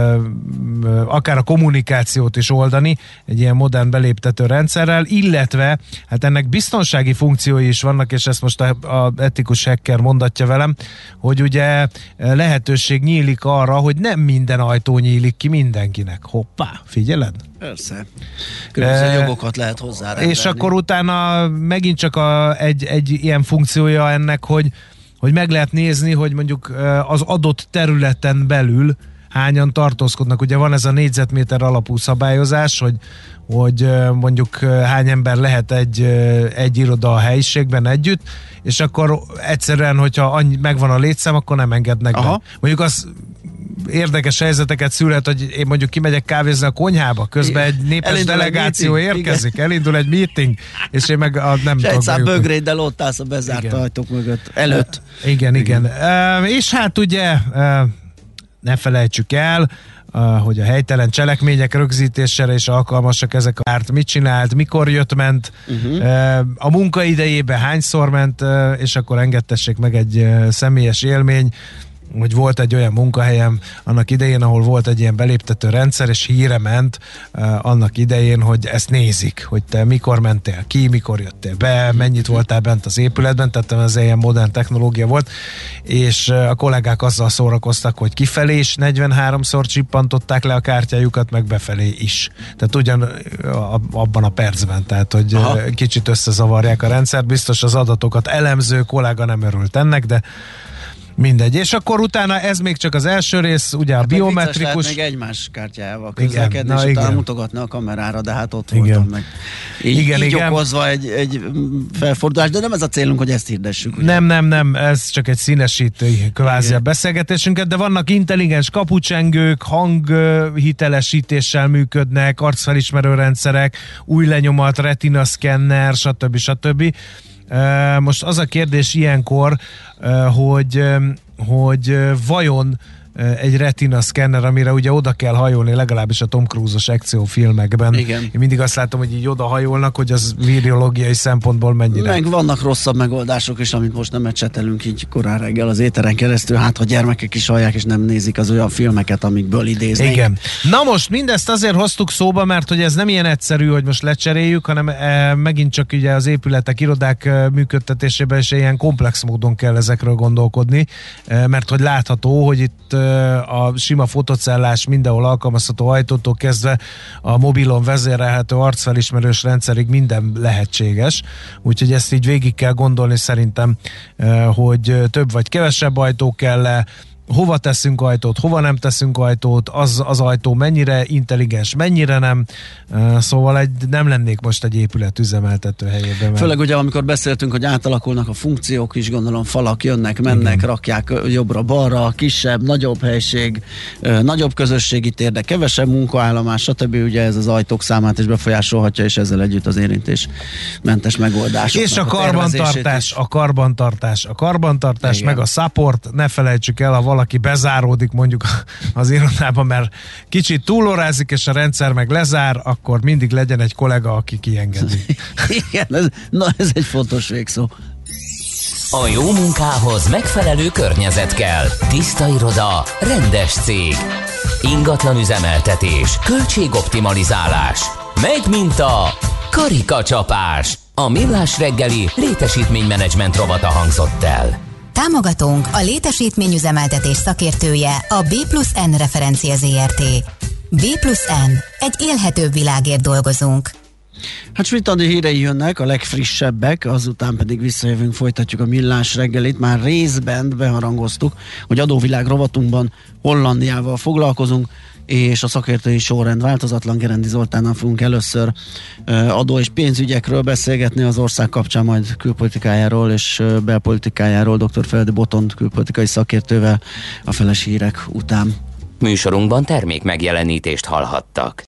akár a kommunikációt is oldani egy ilyen modern beléptető rendszerrel, illetve hát ennek biztonsági funkciói is vannak, és ezt most a, a etikus hacker mondatja velem, hogy ugye lehetőség nyílik arra, hogy nem minden ajtó nyílik ki mindenkinek. Hoppá, figyeled? Persze. Különböző e, jogokat lehet hozzárendelni. És akkor utána megint csak a, egy, egy ilyen funkciója ennek, hogy hogy meg lehet nézni, hogy mondjuk az adott területen belül hányan tartózkodnak. Ugye van ez a négyzetméter alapú szabályozás, hogy, hogy mondjuk hány ember lehet egy, egy iroda a helyiségben együtt, és akkor egyszerűen, hogyha annyi, megvan a létszám, akkor nem engednek Aha. be. Mondjuk az érdekes helyzeteket szülhet, hogy én mondjuk kimegyek kávézni a konyhába, közben egy népes elindul delegáció egy érkezik, igen. elindul egy meeting, és én meg a, nem tudom. És egy bögréddel ott állsz a bezárt igen. ajtók mögött, előtt. Igen, igen. igen. Uh, és hát ugye uh, ne felejtsük el, uh, hogy a helytelen cselekmények rögzítésére is alkalmasak ezek a árt. Mit csinált, mikor jött, ment, uh-huh. uh, a munkaidejében hányszor ment, uh, és akkor engedtessék meg egy uh, személyes élmény, hogy volt egy olyan munkahelyem annak idején, ahol volt egy ilyen beléptető rendszer, és híre ment uh, annak idején, hogy ezt nézik, hogy te mikor mentél ki, mikor jöttél be, mennyit voltál bent az épületben, tehát ez ilyen modern technológia volt, és uh, a kollégák azzal szórakoztak, hogy kifelé is negyvenháromszor csipantották le a kártyájukat, meg befelé is. Tehát ugyan uh, abban a percben, tehát hogy uh, kicsit összezavarják a rendszert, biztos az adatokat elemző kollega nem örült ennek, de mindegy. És akkor utána ez még csak az első rész, ugye a hát biometrikus... még egymás kártyájával közlekedni, és utána mutogatni a kamerára, de hát ott igen. voltam meg. Így, igen, így igen. okozva egy, egy felfordulás, de nem ez a célunk, hogy ezt hirdessük. Ugye? Nem, nem, nem, ez csak egy színesítő kvázi igen. a beszélgetésünket, de vannak intelligens kapucsengők, hanghitelesítéssel működnek, arcfelismerő rendszerek, új lenyomat, retina szkenner, stb. stb. Most az a kérdés ilyenkor, hogy, hogy vajon egy retina szkenner, amire ugye oda kell hajolni, legalábbis a Tom Cruise-os akciófilmekben. Igen. Én mindig azt látom, hogy így oda hajolnak, hogy az virológiai szempontból mennyire. Meg vannak rosszabb megoldások is, amit most nem ecsetelünk így korán reggel az éteren keresztül, hát ha gyermekek is hallják, és nem nézik az olyan filmeket, amikből idéznek. Igen. Na most mindezt azért hoztuk szóba, mert hogy ez nem ilyen egyszerű, hogy most lecseréljük, hanem e, megint csak ugye az épületek, irodák e, működtetésében is ilyen komplex módon kell ezekről gondolkodni, e, mert hogy látható, hogy itt e, a sima fotocellás mindenhol alkalmazható ajtótól kezdve a mobilon vezérelhető arcfelismerős rendszerig minden lehetséges. Úgyhogy ezt így végig kell gondolni szerintem, hogy több vagy kevesebb ajtó kell-e, hova teszünk ajtót, hova nem teszünk ajtót, az, az ajtó mennyire intelligens, mennyire nem. Szóval egy, nem lennék most egy épület üzemeltető helyében. Mert... Főleg ugye, amikor beszéltünk, hogy átalakulnak a funkciók is, gondolom falak jönnek, mennek, igen. rakják jobbra-balra, kisebb, nagyobb helység, nagyobb közösségi tér, de kevesebb munkaállomás, stb. Ugye ez az ajtók számát is befolyásolhatja, és ezzel együtt az érintésmentes megoldások. És a karbantartás, a karbantartás, a karbantartás, igen. meg a support, ne felejtsük el, ha valaki bezáródik mondjuk az irodába, mert kicsit túlórázik, és a rendszer meg lezár, akkor mindig legyen egy kollega, aki kiengedi. Igen, ez, na ez egy fontos végszó. A jó munkához megfelelő környezet kell. Tiszta iroda, rendes cég. Ingatlan üzemeltetés, költségoptimalizálás. Megy mint a karikacsapás. A Millás reggeli létesítménymenedzsment rovata hangzott el. Támogatónk a létesítményüzemeltetés szakértője, a B plusz N Referencia Zrt. B plusz N. Egy élhetőbb világért dolgozunk. Hát Svitandi hírei jönnek, a legfrissebbek, azután pedig visszajövünk, folytatjuk a Millás reggelit. Már részben beharangoztuk, hogy adóvilág rovatunkban Hollandiával foglalkozunk, és a szakértői sorrend változatlan. Gerendi Zoltánnal fogunk először adó- és pénzügyekről beszélgetni, az ország kapcsán majd külpolitikájáról és belpolitikájáról dr. Feledi Botond külpolitikai szakértővel a feles hírek után. Műsorunkban termék megjelenítést hallhattak.